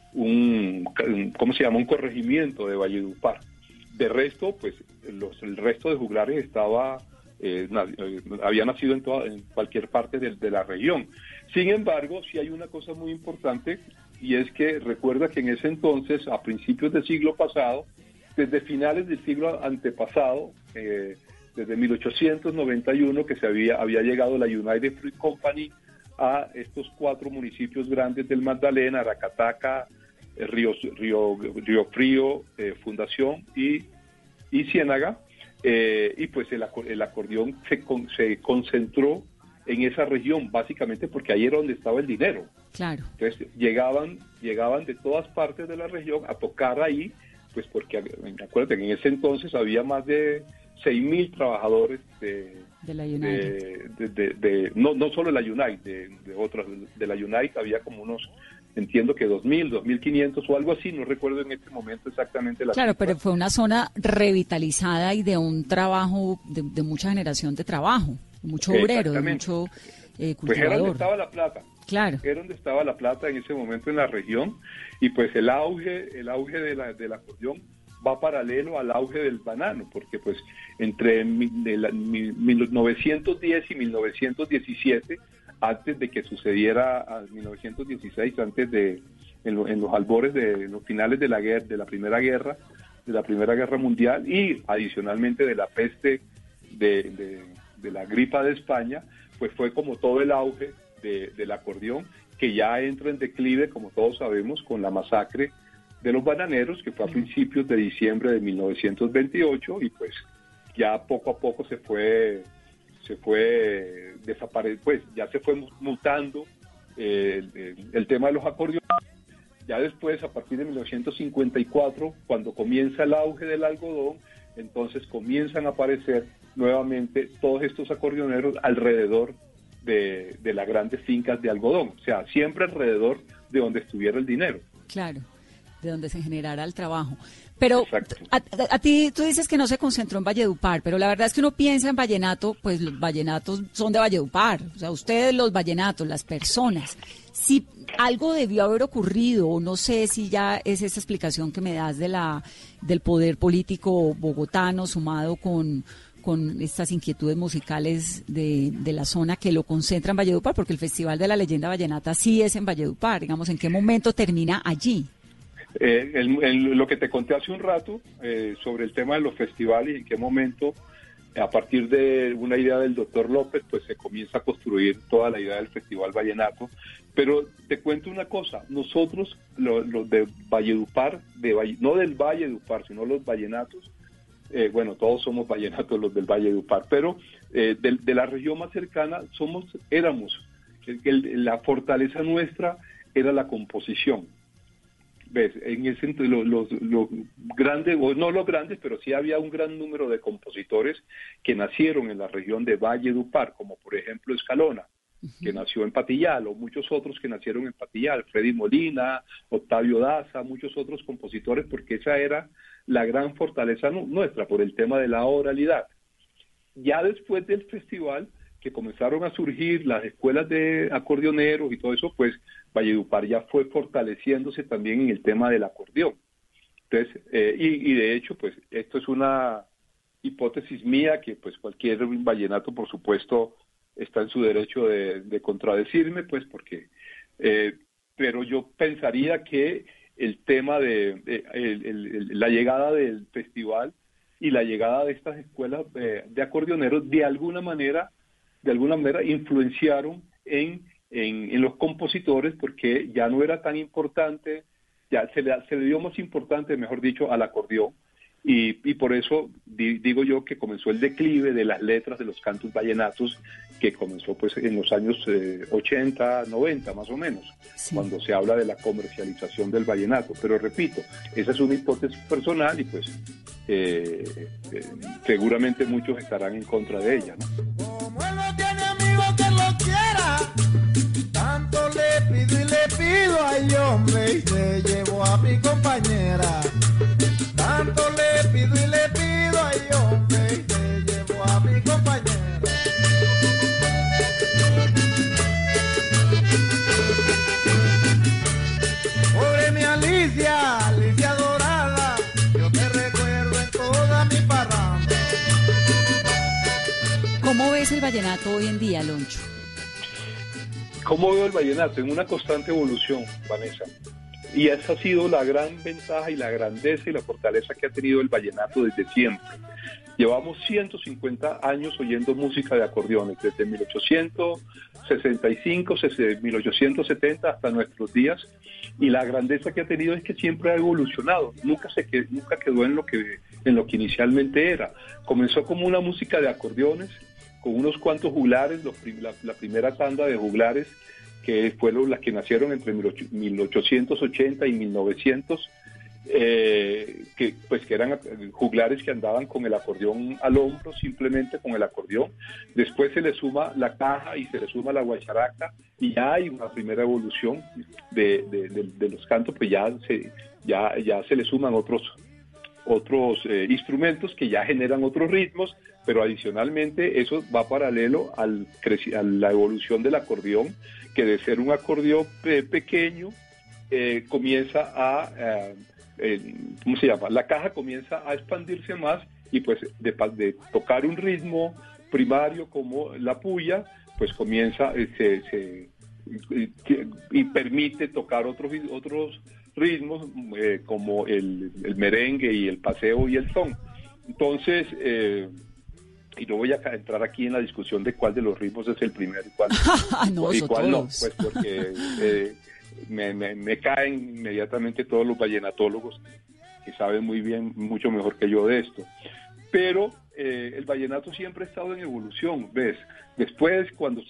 corregimiento de Valledupar. De resto, pues el resto de juglares había nacido en cualquier parte de la región. Sin embargo, sí hay una cosa muy importante, y es que recuerda que en ese entonces, a principios del siglo pasado, desde finales del siglo antepasado, desde 1891, que había llegado la United Fruit Company a estos 4 municipios grandes del Magdalena, Aracataca, Río Frío, Fundación y Ciénaga, y pues el acordeón se concentró en esa región, básicamente porque ahí era donde estaba el dinero. Claro. Entonces llegaban de todas partes de la región a tocar ahí, pues porque acuérdate que en ese entonces había más de 6,000 trabajadores de la United. No solo de la United, de otras, de la United había como unos, entiendo que 2,000, 2,500 o algo así, no recuerdo en este momento exactamente la Claro, cifra. pero fue una zona revitalizada y de un trabajo, de mucha generación de trabajo, mucho obrero, de mucho cultivador. Pues era donde estaba la plata. Claro. Era donde estaba la plata en ese momento en la región, y pues el auge del acordeón va paralelo al auge del banano, porque pues entre 1910 y 1917, antes de que sucediera a 1916, en los albores de los finales de la Primera Guerra Mundial, y adicionalmente de la peste de la gripa de España, pues fue como todo el auge del acordeón, que ya entra en declive, como todos sabemos, con la masacre de los bananeros, que fue a principios de diciembre de 1928, y pues ya poco a poco se fue pues ya se fue mutando el tema de los acordeones. Ya después, a partir de 1954, cuando comienza el auge del algodón, entonces comienzan a aparecer nuevamente todos estos acordeoneros alrededor de las grandes fincas de algodón, o sea, siempre alrededor de donde estuviera el dinero. Claro. de donde se generara el trabajo. Pero a ti, tú dices que no se concentró en Valledupar, pero la verdad es que uno piensa en vallenato, pues los vallenatos son de Valledupar, o sea, ustedes los vallenatos, las personas. Si algo debió haber ocurrido, o no sé si ya es esa explicación que me das del poder político bogotano sumado con estas inquietudes musicales de la zona que lo concentra en Valledupar, porque el Festival de la Leyenda Vallenata sí es en Valledupar, digamos, ¿en qué momento termina allí? Lo que te conté hace un rato sobre el tema de los festivales y en qué momento, a partir de una idea del doctor López, pues se comienza a construir toda la idea del Festival Vallenato. Pero te cuento una cosa, nosotros, los de Valledupar, no del Valledupar, sino los vallenatos, bueno, todos somos vallenatos los del Valledupar, pero de la región más cercana éramos, la fortaleza nuestra era la composición. ¿Ves? En ese sentido, los grandes, o no los grandes, pero sí había un gran número de compositores que nacieron en la región de Valledupar, como por ejemplo Escalona, que nació en Patillal, o muchos otros que nacieron en Patillal, Freddy Molina, Octavio Daza, muchos otros compositores, porque esa era la gran fortaleza nuestra, por el tema de la oralidad. Ya después del festival, que comenzaron a surgir las escuelas de acordeoneros y todo eso, pues Valledupar ya fue fortaleciéndose también en el tema del acordeón. Entonces, y de hecho, pues esto es una hipótesis mía, que pues cualquier vallenato, por supuesto, está en su derecho de contradecirme, pues porque, pero yo pensaría que el tema de la llegada del festival y la llegada de estas escuelas de acordeoneros de alguna manera influenciaron en los compositores, porque ya no era tan importante, ya se le dio más importante, mejor dicho, al acordeón, y por eso digo yo que comenzó el declive de las letras de los cantos vallenatos, que comenzó pues en los años 80, 90 más o menos, sí, cuando se habla de la comercialización del vallenato. Pero repito, esa es una hipótesis personal y pues seguramente muchos estarán en contra de ella, ¿no? Como él no tiene amigo que lo quiera, tanto le pido, ay hombre, y se llevo a mi compañera. Tanto le pido, ay hombre, y se llevo a mi compañera. Pobre mi Alicia dorada, yo te recuerdo en toda mi parranda. ¿Cómo ves el vallenato hoy en día, Loncho? ¿Cómo veo el vallenato? En una constante evolución, Vanessa. Y esa ha sido la gran ventaja y la grandeza y la fortaleza que ha tenido el vallenato desde siempre. Llevamos 150 años oyendo música de acordeones, desde 1865, desde 1870 hasta nuestros días, y la grandeza que ha tenido es que siempre ha evolucionado, nunca quedó en lo que inicialmente era. Comenzó como una música de acordeones, con unos cuantos juglares, la primera tanda de juglares, que fueron las que nacieron entre 1880 y 1900, que eran juglares que andaban con el acordeón al hombro, simplemente con el acordeón. Después se le suma la caja y se le suma la guacharaca, y ya hay una primera evolución de los cantos, pues ya se le suman otros instrumentos que ya generan otros ritmos, pero adicionalmente eso va paralelo a la evolución del acordeón, que de ser un acordeón pequeño comienza a ¿cómo se llama? La caja comienza a expandirse más, y pues de tocar un ritmo primario como la puya, pues comienza y permite tocar otros ritmos como el merengue y el paseo y el son. Entonces, y no voy a entrar aquí en la discusión de cuál de los ritmos es el primero y cuál no, pues porque me caen inmediatamente todos los vallenatólogos que saben muy bien, mucho mejor que yo de esto. Pero el vallenato siempre ha estado en evolución, ¿ves? Después, cuando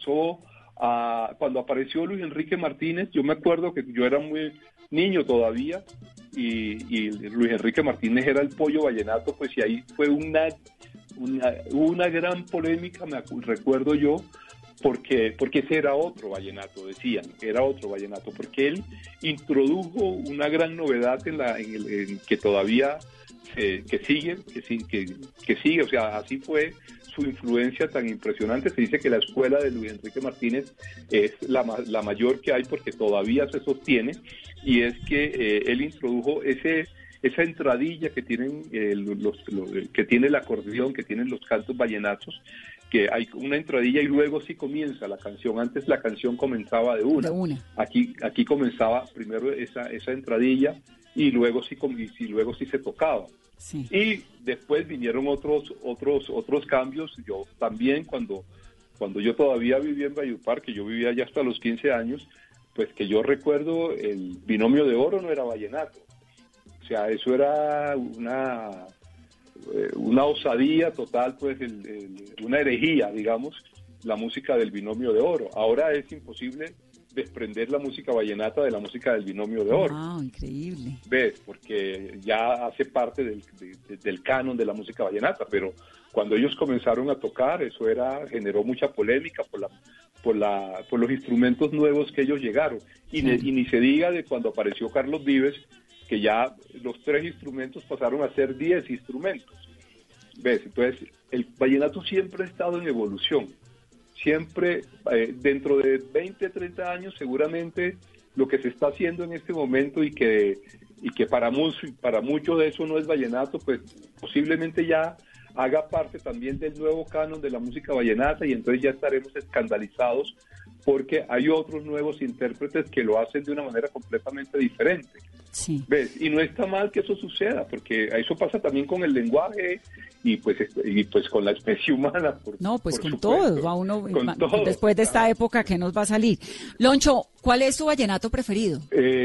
apareció Luis Enrique Martínez, yo me acuerdo que yo era muy niño todavía, y Luis Enrique Martínez era el pollo vallenato, pues, y ahí fue una gran polémica, recuerdo yo, porque ese era otro vallenato, decían, era otro vallenato, porque él introdujo una gran novedad en que todavía que sigue, o sea, así fue su influencia tan impresionante. Se dice que la escuela de Luis Enrique Martínez es la mayor que hay porque todavía se sostiene, y es que él introdujo esa entradilla que tienen que tiene el acordeón, que tienen los cantos vallenatos, que hay una entradilla y luego sí comienza la canción. Antes la canción comenzaba de una. Aquí comenzaba primero esa entradilla y luego sí se tocaba. Sí. Y después vinieron otros cambios. Yo también cuando yo todavía vivía en Valledupar, que yo vivía ya hasta los 15 años, pues que yo recuerdo el binomio de oro no era vallenato. O sea, eso era una osadía total, pues una herejía, digamos, la música del binomio de oro. Ahora es imposible desprender la música vallenata de la música del binomio de oro. ¡Wow! Increíble. ¿Ves? Porque ya hace parte del canon de la música vallenata, pero cuando ellos comenzaron a tocar, eso generó mucha polémica por los instrumentos nuevos que ellos llegaron. Y ni se diga de cuando apareció Carlos Vives, que ya los 3 instrumentos pasaron a ser 10 instrumentos. ¿Ves? Entonces, el vallenato siempre ha estado en evolución. Siempre, dentro de 20, 30 años, seguramente lo que se está haciendo en este momento y que para mucho de eso no es vallenato, pues posiblemente ya haga parte también del nuevo canon de la música vallenata, y entonces ya estaremos escandalizados porque hay otros nuevos intérpretes que lo hacen de una manera completamente diferente. Sí. ¿Ves? Y no está mal que eso suceda, porque eso pasa también con el lenguaje y pues con la especie humana. Con supuesto. todo, va uno Con todo. Después de esta época que nos va a salir. Loncho, ¿cuál es tu vallenato preferido?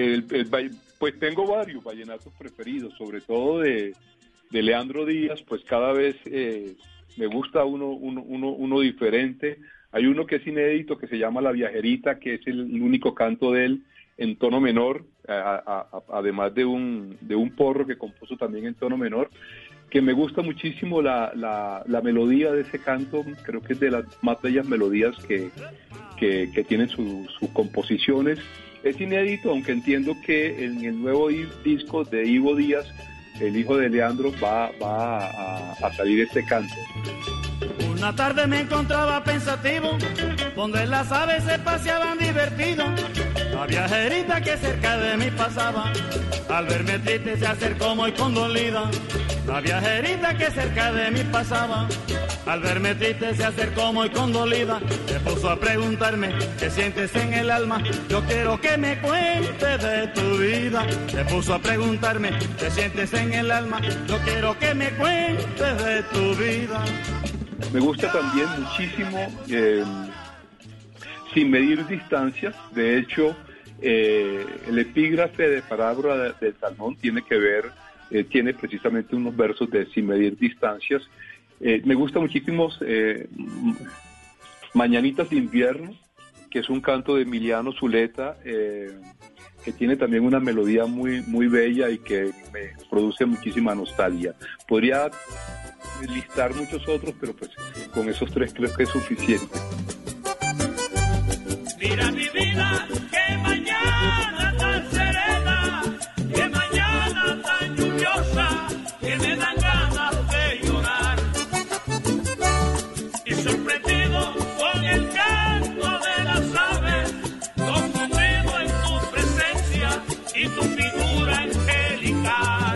Pues tengo varios vallenatos preferidos, sobre todo de Leandro Díaz. Pues cada vez me gusta uno diferente. Hay uno que es inédito, que se llama La Viajerita, que es el único canto de él en tono menor, además de un porro que compuso también en tono menor, que me gusta muchísimo la melodía de ese canto. Creo que es de las más bellas melodías que tienen sus composiciones. Es inédito, aunque entiendo que en el nuevo disco de Ivo Díaz, el hijo de Leandro, va a salir este canto. Una tarde me encontraba pensativo, donde las aves se paseaban divertido. La viajerita que cerca de mí pasaba, al verme triste se acercó muy condolida. La viajerita que cerca de mí pasaba, al verme triste se acercó muy condolida. Se puso a preguntarme qué sientes en el alma, yo quiero que me cuentes de tu vida. Se puso a preguntarme qué sientes en el alma, yo quiero que me cuentes de tu vida. Me gusta también muchísimo Sin Medir Distancias. De hecho, el epígrafe de Parábola del Salmón tiene precisamente unos versos de Sin Medir Distancias. Me gusta muchísimo Mañanitas de Invierno, que es un canto de Emiliano Zuleta, que tiene también una melodía muy, muy bella y que me produce muchísima nostalgia. Podría listar muchos otros, pero pues con esos 3 creo que es suficiente. Mira mi vida, qué mañana tan serena, qué mañana tan lluviosa, que me dan ganas de llorar. Y sorprendido con el canto de las aves, confundido en tu presencia y tu figura angelical.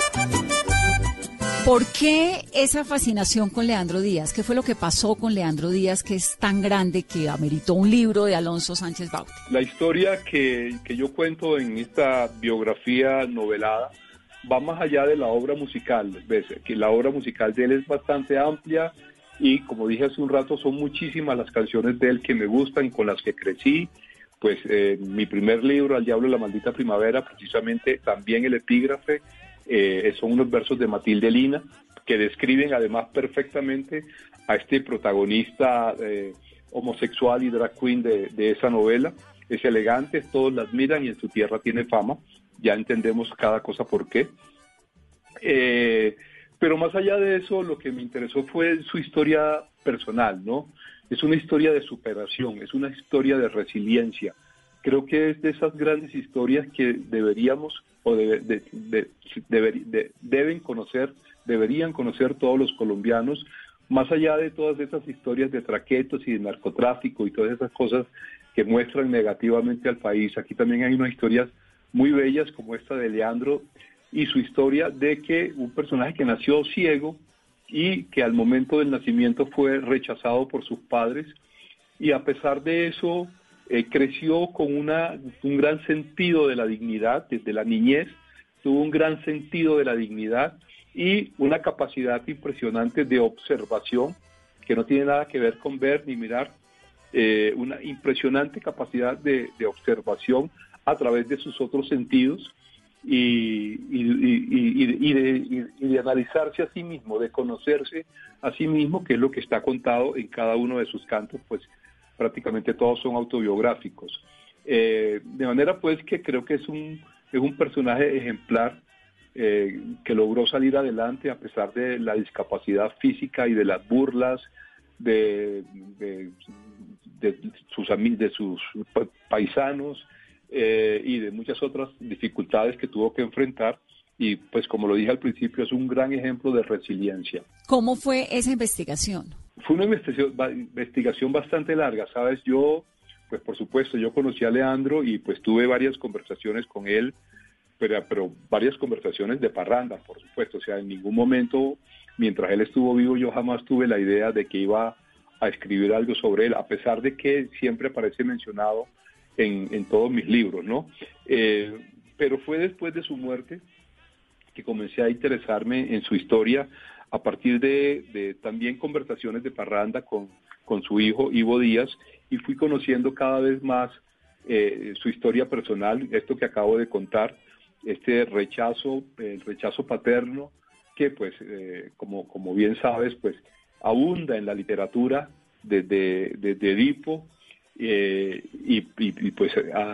¿Por qué esa fascinación con Leandro Díaz? ¿Qué fue lo que pasó con Leandro Díaz que es tan grande que ameritó un libro de Alonso Sánchez Bauti? La historia que yo cuento en esta biografía novelada va más allá de la obra musical. ¿Ves? Que la obra musical de él es bastante amplia y, como dije hace un rato, son muchísimas las canciones de él que me gustan, con las que crecí. Pues mi primer libro, Al Diablo la Maldita Primavera, precisamente también el epígrafe, son unos versos de Matilde Lina que describen además perfectamente a este protagonista homosexual y drag queen de esa novela. Es elegante, todos la admiran y en su tierra tiene fama. Ya entendemos cada cosa por qué. Pero más allá de eso, lo que me interesó fue su historia personal, ¿no? Es una historia de superación, es una historia de resiliencia. Creo que es de esas grandes historias que deberíamos o deberían conocer todos los colombianos, más allá de todas esas historias de traquetos y de narcotráfico y todas esas cosas que muestran negativamente al país. Aquí también hay unas historias muy bellas como esta de Leandro y su historia de que un personaje que nació ciego y que al momento del nacimiento fue rechazado por sus padres y a pesar de eso creció con un gran sentido de la dignidad. Desde la niñez tuvo un gran sentido de la dignidad y una capacidad impresionante de observación que no tiene nada que ver con ver ni mirar, una impresionante capacidad de observación a través de sus otros sentidos y de analizarse a sí mismo, de conocerse a sí mismo, que es lo que está contado en cada uno de sus cantos, pues prácticamente todos son autobiográficos. De manera pues que creo que es un personaje ejemplar que logró salir adelante a pesar de la discapacidad física y de las burlas de sus paisanos y de muchas otras dificultades que tuvo que enfrentar. Y pues como lo dije al principio, es un gran ejemplo de resiliencia. ¿Cómo fue esa investigación? Fue una investigación bastante larga, ¿sabes? Yo, pues por supuesto, yo conocí a Leandro y pues tuve varias conversaciones con él, pero varias conversaciones de parranda, por supuesto. O sea, en ningún momento, mientras él estuvo vivo, yo jamás tuve la idea de que iba a escribir algo sobre él, a pesar de que siempre aparece mencionado en todos mis libros, ¿no? Pero fue después de su muerte que comencé a interesarme en su historia a partir de también conversaciones de parranda con su hijo Ivo Díaz, y fui conociendo cada vez más su historia personal, esto que acabo de contar, este rechazo, el rechazo paterno, que pues como bien sabes, pues abunda en la literatura de Edipo, y pues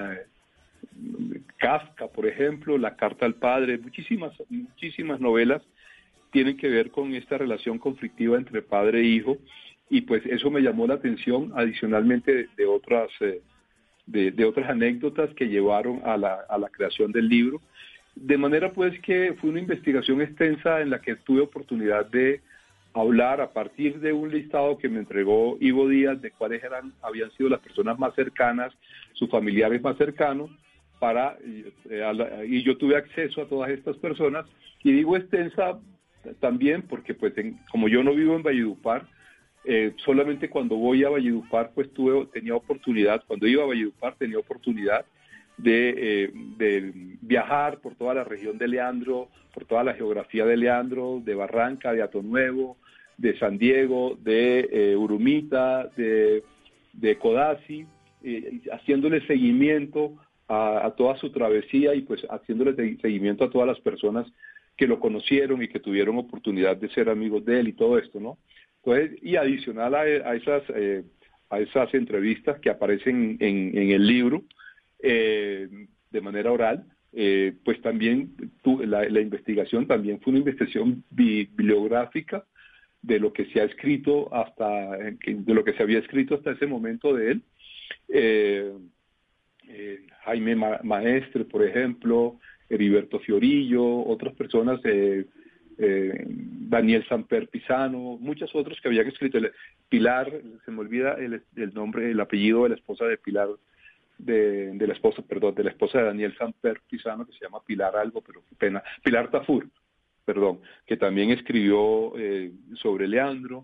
Kafka, por ejemplo, La carta al padre, muchísimas novelas tienen que ver con esta relación conflictiva entre padre e hijo, y pues eso me llamó la atención, adicionalmente de otras anécdotas que llevaron a la creación del libro, de manera pues que fue una investigación extensa en la que tuve oportunidad de hablar a partir de un listado que me entregó Ivo Díaz de cuáles habían sido las personas más cercanas, sus familiares más cercanos, y yo tuve acceso a todas estas personas, y digo extensa también porque pues como yo no vivo en Valledupar, solamente cuando voy a Valledupar pues tenía oportunidad, cuando iba a Valledupar tenía oportunidad de viajar por toda la región de Leandro, por toda la geografía de Leandro, de Barranca, de Atonuevo, de San Diego, de Urumita, de Codazzi, haciéndole seguimiento a toda su travesía y pues haciéndole seguimiento a todas las personas que lo conocieron y que tuvieron oportunidad de ser amigos de él y todo esto, ¿no? Entonces, y adicional a esas entrevistas que aparecen en el libro de manera oral, pues también la investigación también fue una investigación bibliográfica de lo que se ha escrito de lo que se había escrito hasta ese momento de él. Jaime Maestre, por ejemplo, Heriberto Fiorillo, otras personas, Daniel Samper Pisano, muchas otras que habían escrito. Pilar, se me olvida el nombre, el apellido de la esposa de Pilar, de la esposa de Daniel Samper Pisano, que se llama Pilar algo, pero qué pena, Pilar Tafur, perdón, que también escribió sobre Leandro.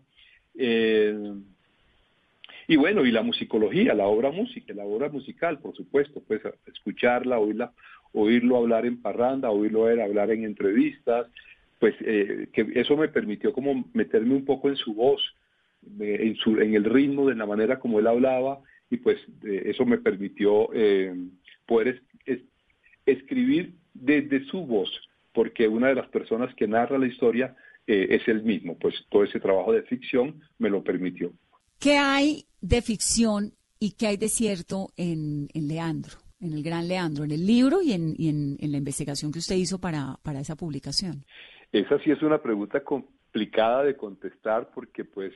Y bueno, y la musicología, la obra musical, por supuesto, pues escucharla, oírlo hablar en parranda, oírlo hablar en entrevistas, pues que eso me permitió como meterme un poco en su voz, en el ritmo, de la manera como él hablaba, y pues eso me permitió poder escribir desde su voz, porque una de las personas que narra la historia es él mismo, pues todo ese trabajo de ficción me lo permitió. ¿Qué hay de ficción y qué hay de cierto en Leandro, en el gran Leandro, en el libro y en la investigación que usted hizo para esa publicación? Esa sí es una pregunta complicada de contestar porque pues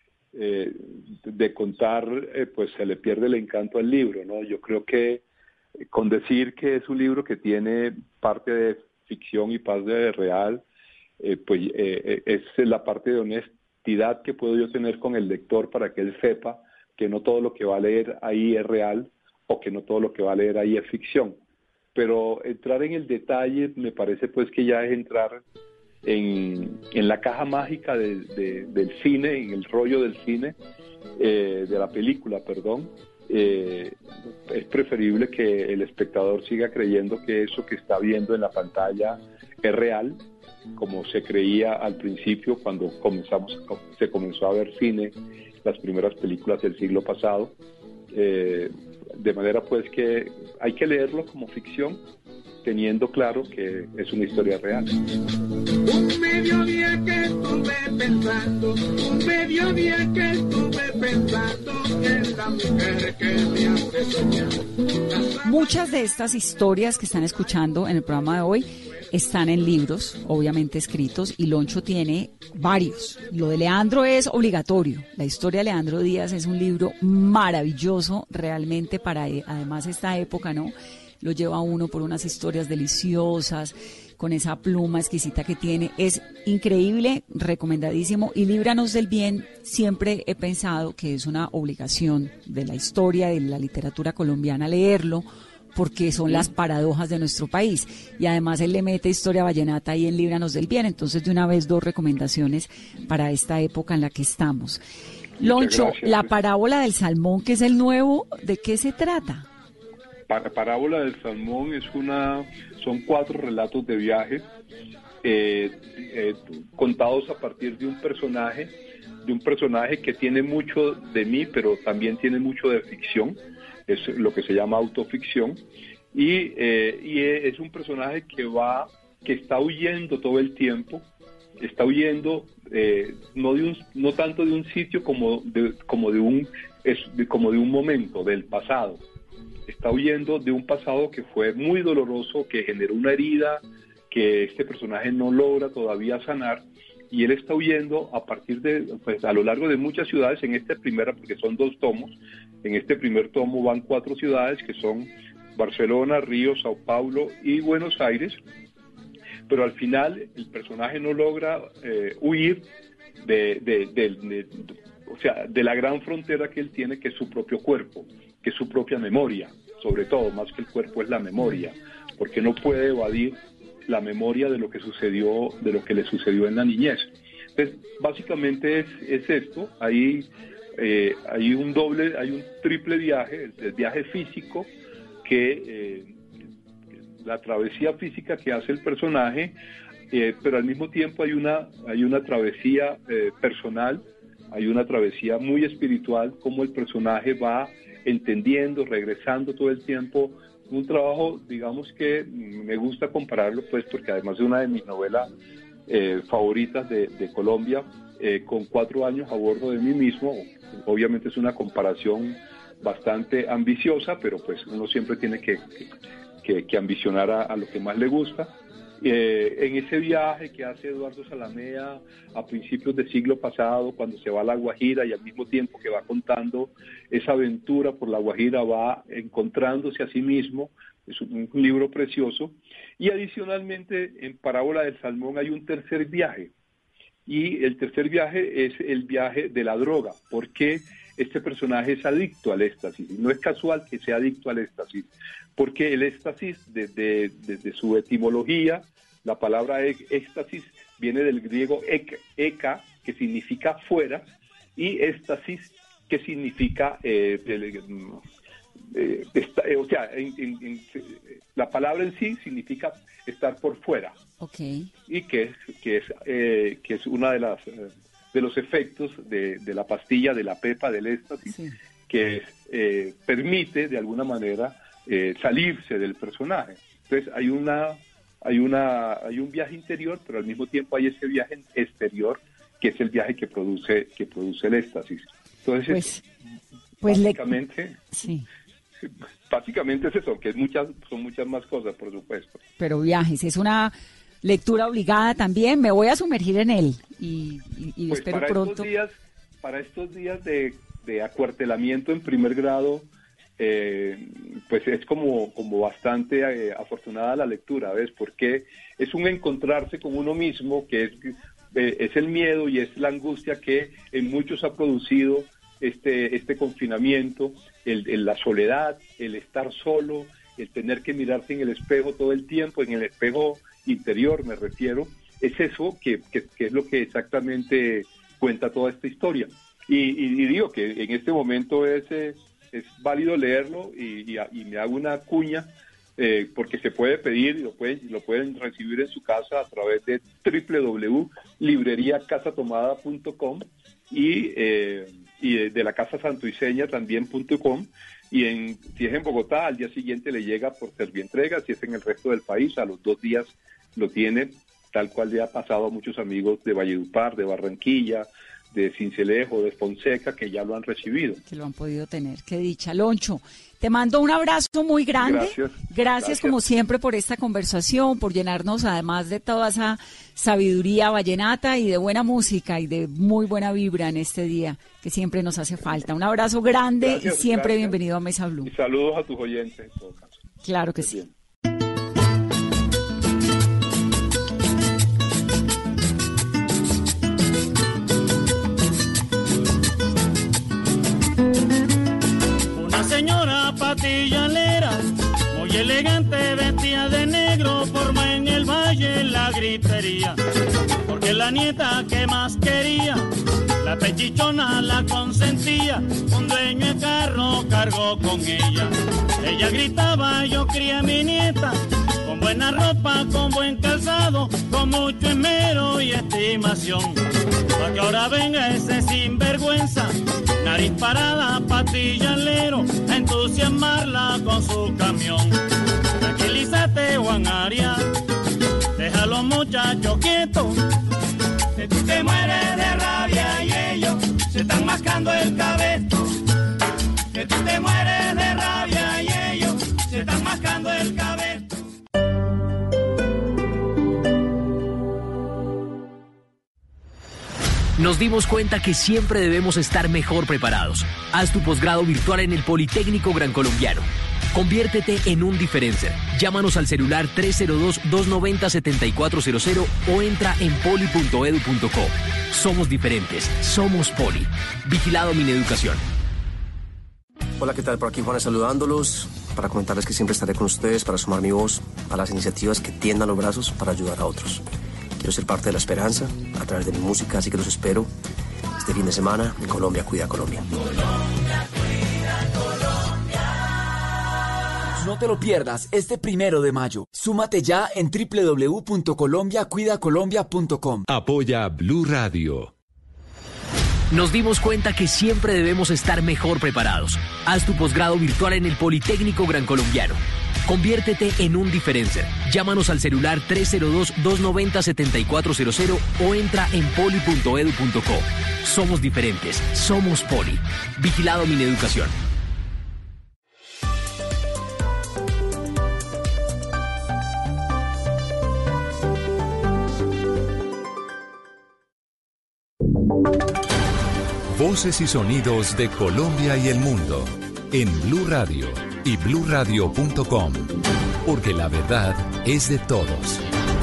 de contar pues se le pierde el encanto al libro, ¿no? Yo creo que con decir que es un libro que tiene parte de ficción y parte de real, es la parte de honestidad que puedo yo tener con el lector para que él sepa que no todo lo que va a leer ahí es real o que no todo lo que va a leer ahí es ficción. Pero entrar en el detalle me parece pues que ya es entrar en la caja mágica del cine, en el rollo del cine, de la película, perdón. Es preferible que el espectador siga creyendo que eso que está viendo en la pantalla es real, como se creía al principio cuando se comenzó a ver cine, las primeras películas del siglo pasado. De manera pues que hay que leerlo como ficción, teniendo claro que es una historia real. Un mediodía que estuve pensando en la mujer que me hace soñar. Muchas de estas historias que están escuchando en el programa de hoy están en libros, obviamente escritos, y Loncho tiene varios. Lo de Leandro es obligatorio. La historia de Leandro Díaz es un libro maravilloso realmente para, además, esta época, ¿no? Lo lleva uno por unas historias deliciosas, con esa pluma exquisita que tiene. Es increíble, recomendadísimo. Y Líbranos del Bien, siempre he pensado que es una obligación de la historia, de la literatura colombiana leerlo, porque son las paradojas de nuestro país. Y además él le mete historia vallenata ahí en Líbranos del Bien. Entonces, de una vez, 2 recomendaciones para esta época en la que estamos. Loncho, la parábola del salmón, que es el nuevo, ¿de qué se trata? Parábola del salmón son 4 relatos de viaje contados a partir de un personaje que tiene mucho de mí, pero también tiene mucho de ficción. Es lo que se llama autoficción, y es un personaje que está huyendo todo el tiempo, está huyendo no tanto de un sitio como de un momento del pasado. Está huyendo de un pasado que fue muy doloroso, que generó una herida que este personaje no logra todavía sanar, y él está huyendo a lo largo de muchas ciudades, porque son 2 tomos. En este primer tomo van 4 ciudades, que son Barcelona, Río, Sao Paulo y Buenos Aires, pero al final el personaje no logra huir de la gran frontera que él tiene, que es su propio cuerpo, que es su propia memoria, sobre todo, más que el cuerpo es la memoria, porque no puede evadir la memoria de lo que le sucedió en la niñez. Entonces, básicamente es esto. Hay un triple viaje, el viaje físico, la travesía física que hace el personaje, pero al mismo tiempo hay una travesía personal, hay una travesía muy espiritual, como el personaje va entendiendo, regresando todo el tiempo. Un trabajo, digamos, que me gusta compararlo, pues, porque además de una de mis novelas favoritas de Colombia, con 4 años a bordo de mí mismo. Obviamente es una comparación bastante ambiciosa, pero pues uno siempre tiene que ambicionar a lo que más le gusta. En ese viaje que hace Eduardo Zalamea a principios del siglo pasado, cuando se va a La Guajira, y al mismo tiempo que va contando esa aventura por La Guajira, va encontrándose a sí mismo. Es un libro precioso. Y adicionalmente, en Parábola del Salmón hay un tercer viaje, y el tercer viaje es el viaje de la droga, porque este personaje es adicto al éxtasis, y no es casual que sea adicto al éxtasis, porque el éxtasis, desde su etimología, la palabra éxtasis viene del griego eka, que significa fuera, y éxtasis, que significa la palabra en sí significa estar por fuera. Okay. Y que es una de los efectos de la pastilla, de la pepa, del éxtasis, sí, que permite de alguna manera salirse del personaje. Entonces hay un viaje interior, pero al mismo tiempo hay ese viaje exterior, que es el viaje que produce el éxtasis. Entonces, básicamente, sí. Básicamente es eso, que son muchas más cosas, por supuesto. Pero viajes, es una lectura obligada también. Me voy a sumergir en él y pues espero para pronto. Para estos días de acuartelamiento en primer grado, pues es como bastante afortunada la lectura, ¿ves? Porque es un encontrarse con uno mismo, que es el miedo y es la angustia que en muchos ha producido este confinamiento, la soledad, el estar solo, el tener que mirarse en el espejo todo el tiempo, en el espejo interior me refiero. Es eso que es lo que exactamente cuenta toda esta historia. Y digo que en este momento es válido leerlo y me hago una cuña, porque se puede pedir, lo pueden recibir en su casa a través de www.libreriacasatomada.com y de la Casa Santoiseña también.com, y si es en Bogotá, al día siguiente le llega por Servientrega. Si es en el resto del país, a los 2 días lo tiene, tal cual le ha pasado a muchos amigos de Valledupar, de Barranquilla, de Sincelejo, de Fonseca, que ya lo han recibido. Que lo han podido tener. Qué dicha. Loncho, te mando un abrazo muy grande. Gracias como siempre por esta conversación, por llenarnos además de toda esa sabiduría vallenata y de buena música y de muy buena vibra en este día que siempre nos hace falta. Un abrazo grande y siempre bienvenido a Mesa Blue. Y saludos a tus oyentes en todo caso. Claro que sí. Bien. Señora patillalera, muy elegante, vestida de negro, forma en el valle la gritería, porque la nieta que más quería, la pechichona la consentía, un dueño de carro cargó con ella. Ella gritaba: yo crié a mi nieta, con buena ropa, con buen calzado, con mucho esmero y estimación, para que ahora venga ese sinvergüenza, nariz parada, patillalero, a entusiasmarla con su camión. Tranquilízate, Juan Arias, deja a los muchachos quietos, que tú te mueres de rabia y ellos se están mascando el cabezo. Que tú te mueres de rabia y ellos se están mascando el cabezo. Nos dimos cuenta que siempre debemos estar mejor preparados. Haz tu posgrado virtual en el Politécnico Gran Colombiano. Conviértete en un diferencer. Llámanos al celular 302-290-7400 o entra en poli.edu.co. Somos diferentes, somos Poli. Vigilado Mineducación. Hola, ¿qué tal? Por aquí Juanes saludándolos para comentarles que siempre estaré con ustedes para sumar mi voz a las iniciativas que tiendan los brazos para ayudar a otros. Quiero ser parte de la esperanza a través de mi música, así que los espero este fin de semana en Colombia Cuida Colombia. Colombia Cuida Colombia. No te lo pierdas este 1 de mayo. Súmate ya en www.colombiacuidacolombia.com. Apoya Blue Radio. Nos dimos cuenta que siempre debemos estar mejor preparados. Haz tu posgrado virtual en el Politécnico Gran Colombiano. Conviértete en un diferencer. Llámanos al celular 302-290-7400 o entra en poli.edu.co. Somos diferentes, somos Poli. Vigilado Mineducación. Voces y sonidos de Colombia y el mundo en Blue Radio y bluradio.com, porque la verdad es de todos.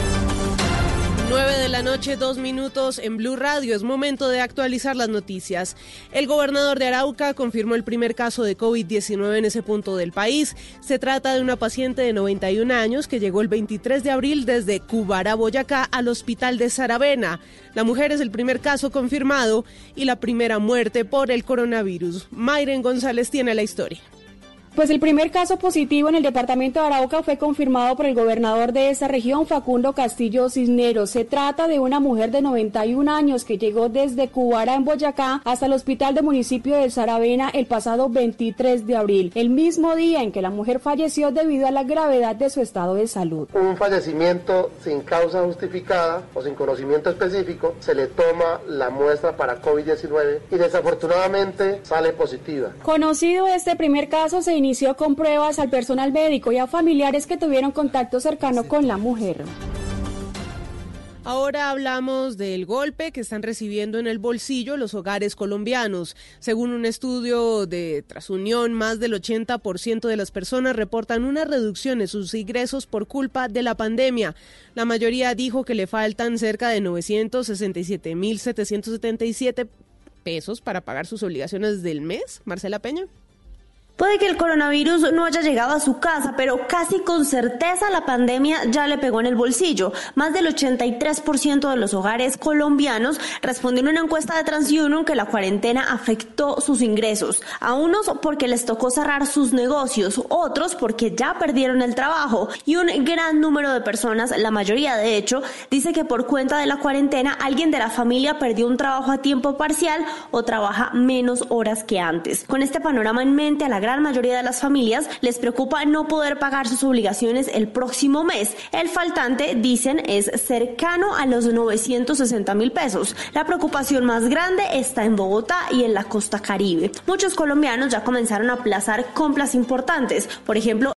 9 de la noche, 2 minutos en Blue Radio. Es momento de actualizar las noticias. El gobernador de Arauca confirmó el primer caso de COVID-19 en ese punto del país. Se trata de una paciente de 91 años que llegó el 23 de abril desde Cubará, Boyacá, al hospital de Saravena. La mujer es el primer caso confirmado y la primera muerte por el coronavirus. Mayren González tiene la historia. Pues el primer caso positivo en el departamento de Arauca fue confirmado por el gobernador de esa región, Facundo Castillo Cisneros. Se trata de una mujer de 91 años que llegó desde Cubará en Boyacá hasta el hospital del municipio de Saravena el pasado 23 de abril, el mismo día en que la mujer falleció debido a la gravedad de su estado de salud. Un fallecimiento sin causa justificada o sin conocimiento específico, se le toma la muestra para COVID-19 y desafortunadamente sale positiva. Conocido este primer caso, se inició con pruebas al personal médico y a familiares que tuvieron contacto cercano con la mujer. Ahora hablamos del golpe que están recibiendo en el bolsillo los hogares colombianos. Según un estudio de Transunión, más del 80% de las personas reportan una reducción en sus ingresos por culpa de la pandemia. La mayoría dijo que le faltan cerca de 967.777 pesos para pagar sus obligaciones del mes. Marcela Peña. Puede que el coronavirus no haya llegado a su casa, pero casi con certeza la pandemia ya le pegó en el bolsillo. Más del 83% de los hogares colombianos respondieron a una encuesta de TransUnion que la cuarentena afectó sus ingresos. A unos porque les tocó cerrar sus negocios, otros porque ya perdieron el trabajo. Y un gran número de personas, la mayoría de hecho, dice que por cuenta de la cuarentena alguien de la familia perdió un trabajo a tiempo parcial o trabaja menos horas que antes. Con este panorama en mente, a la gran mayoría de las familias les preocupa no poder pagar sus obligaciones el próximo mes. El faltante, dicen, es cercano a los 960.000 pesos. La preocupación más grande está en Bogotá y en la costa Caribe. Muchos colombianos ya comenzaron a aplazar compras importantes. Por ejemplo,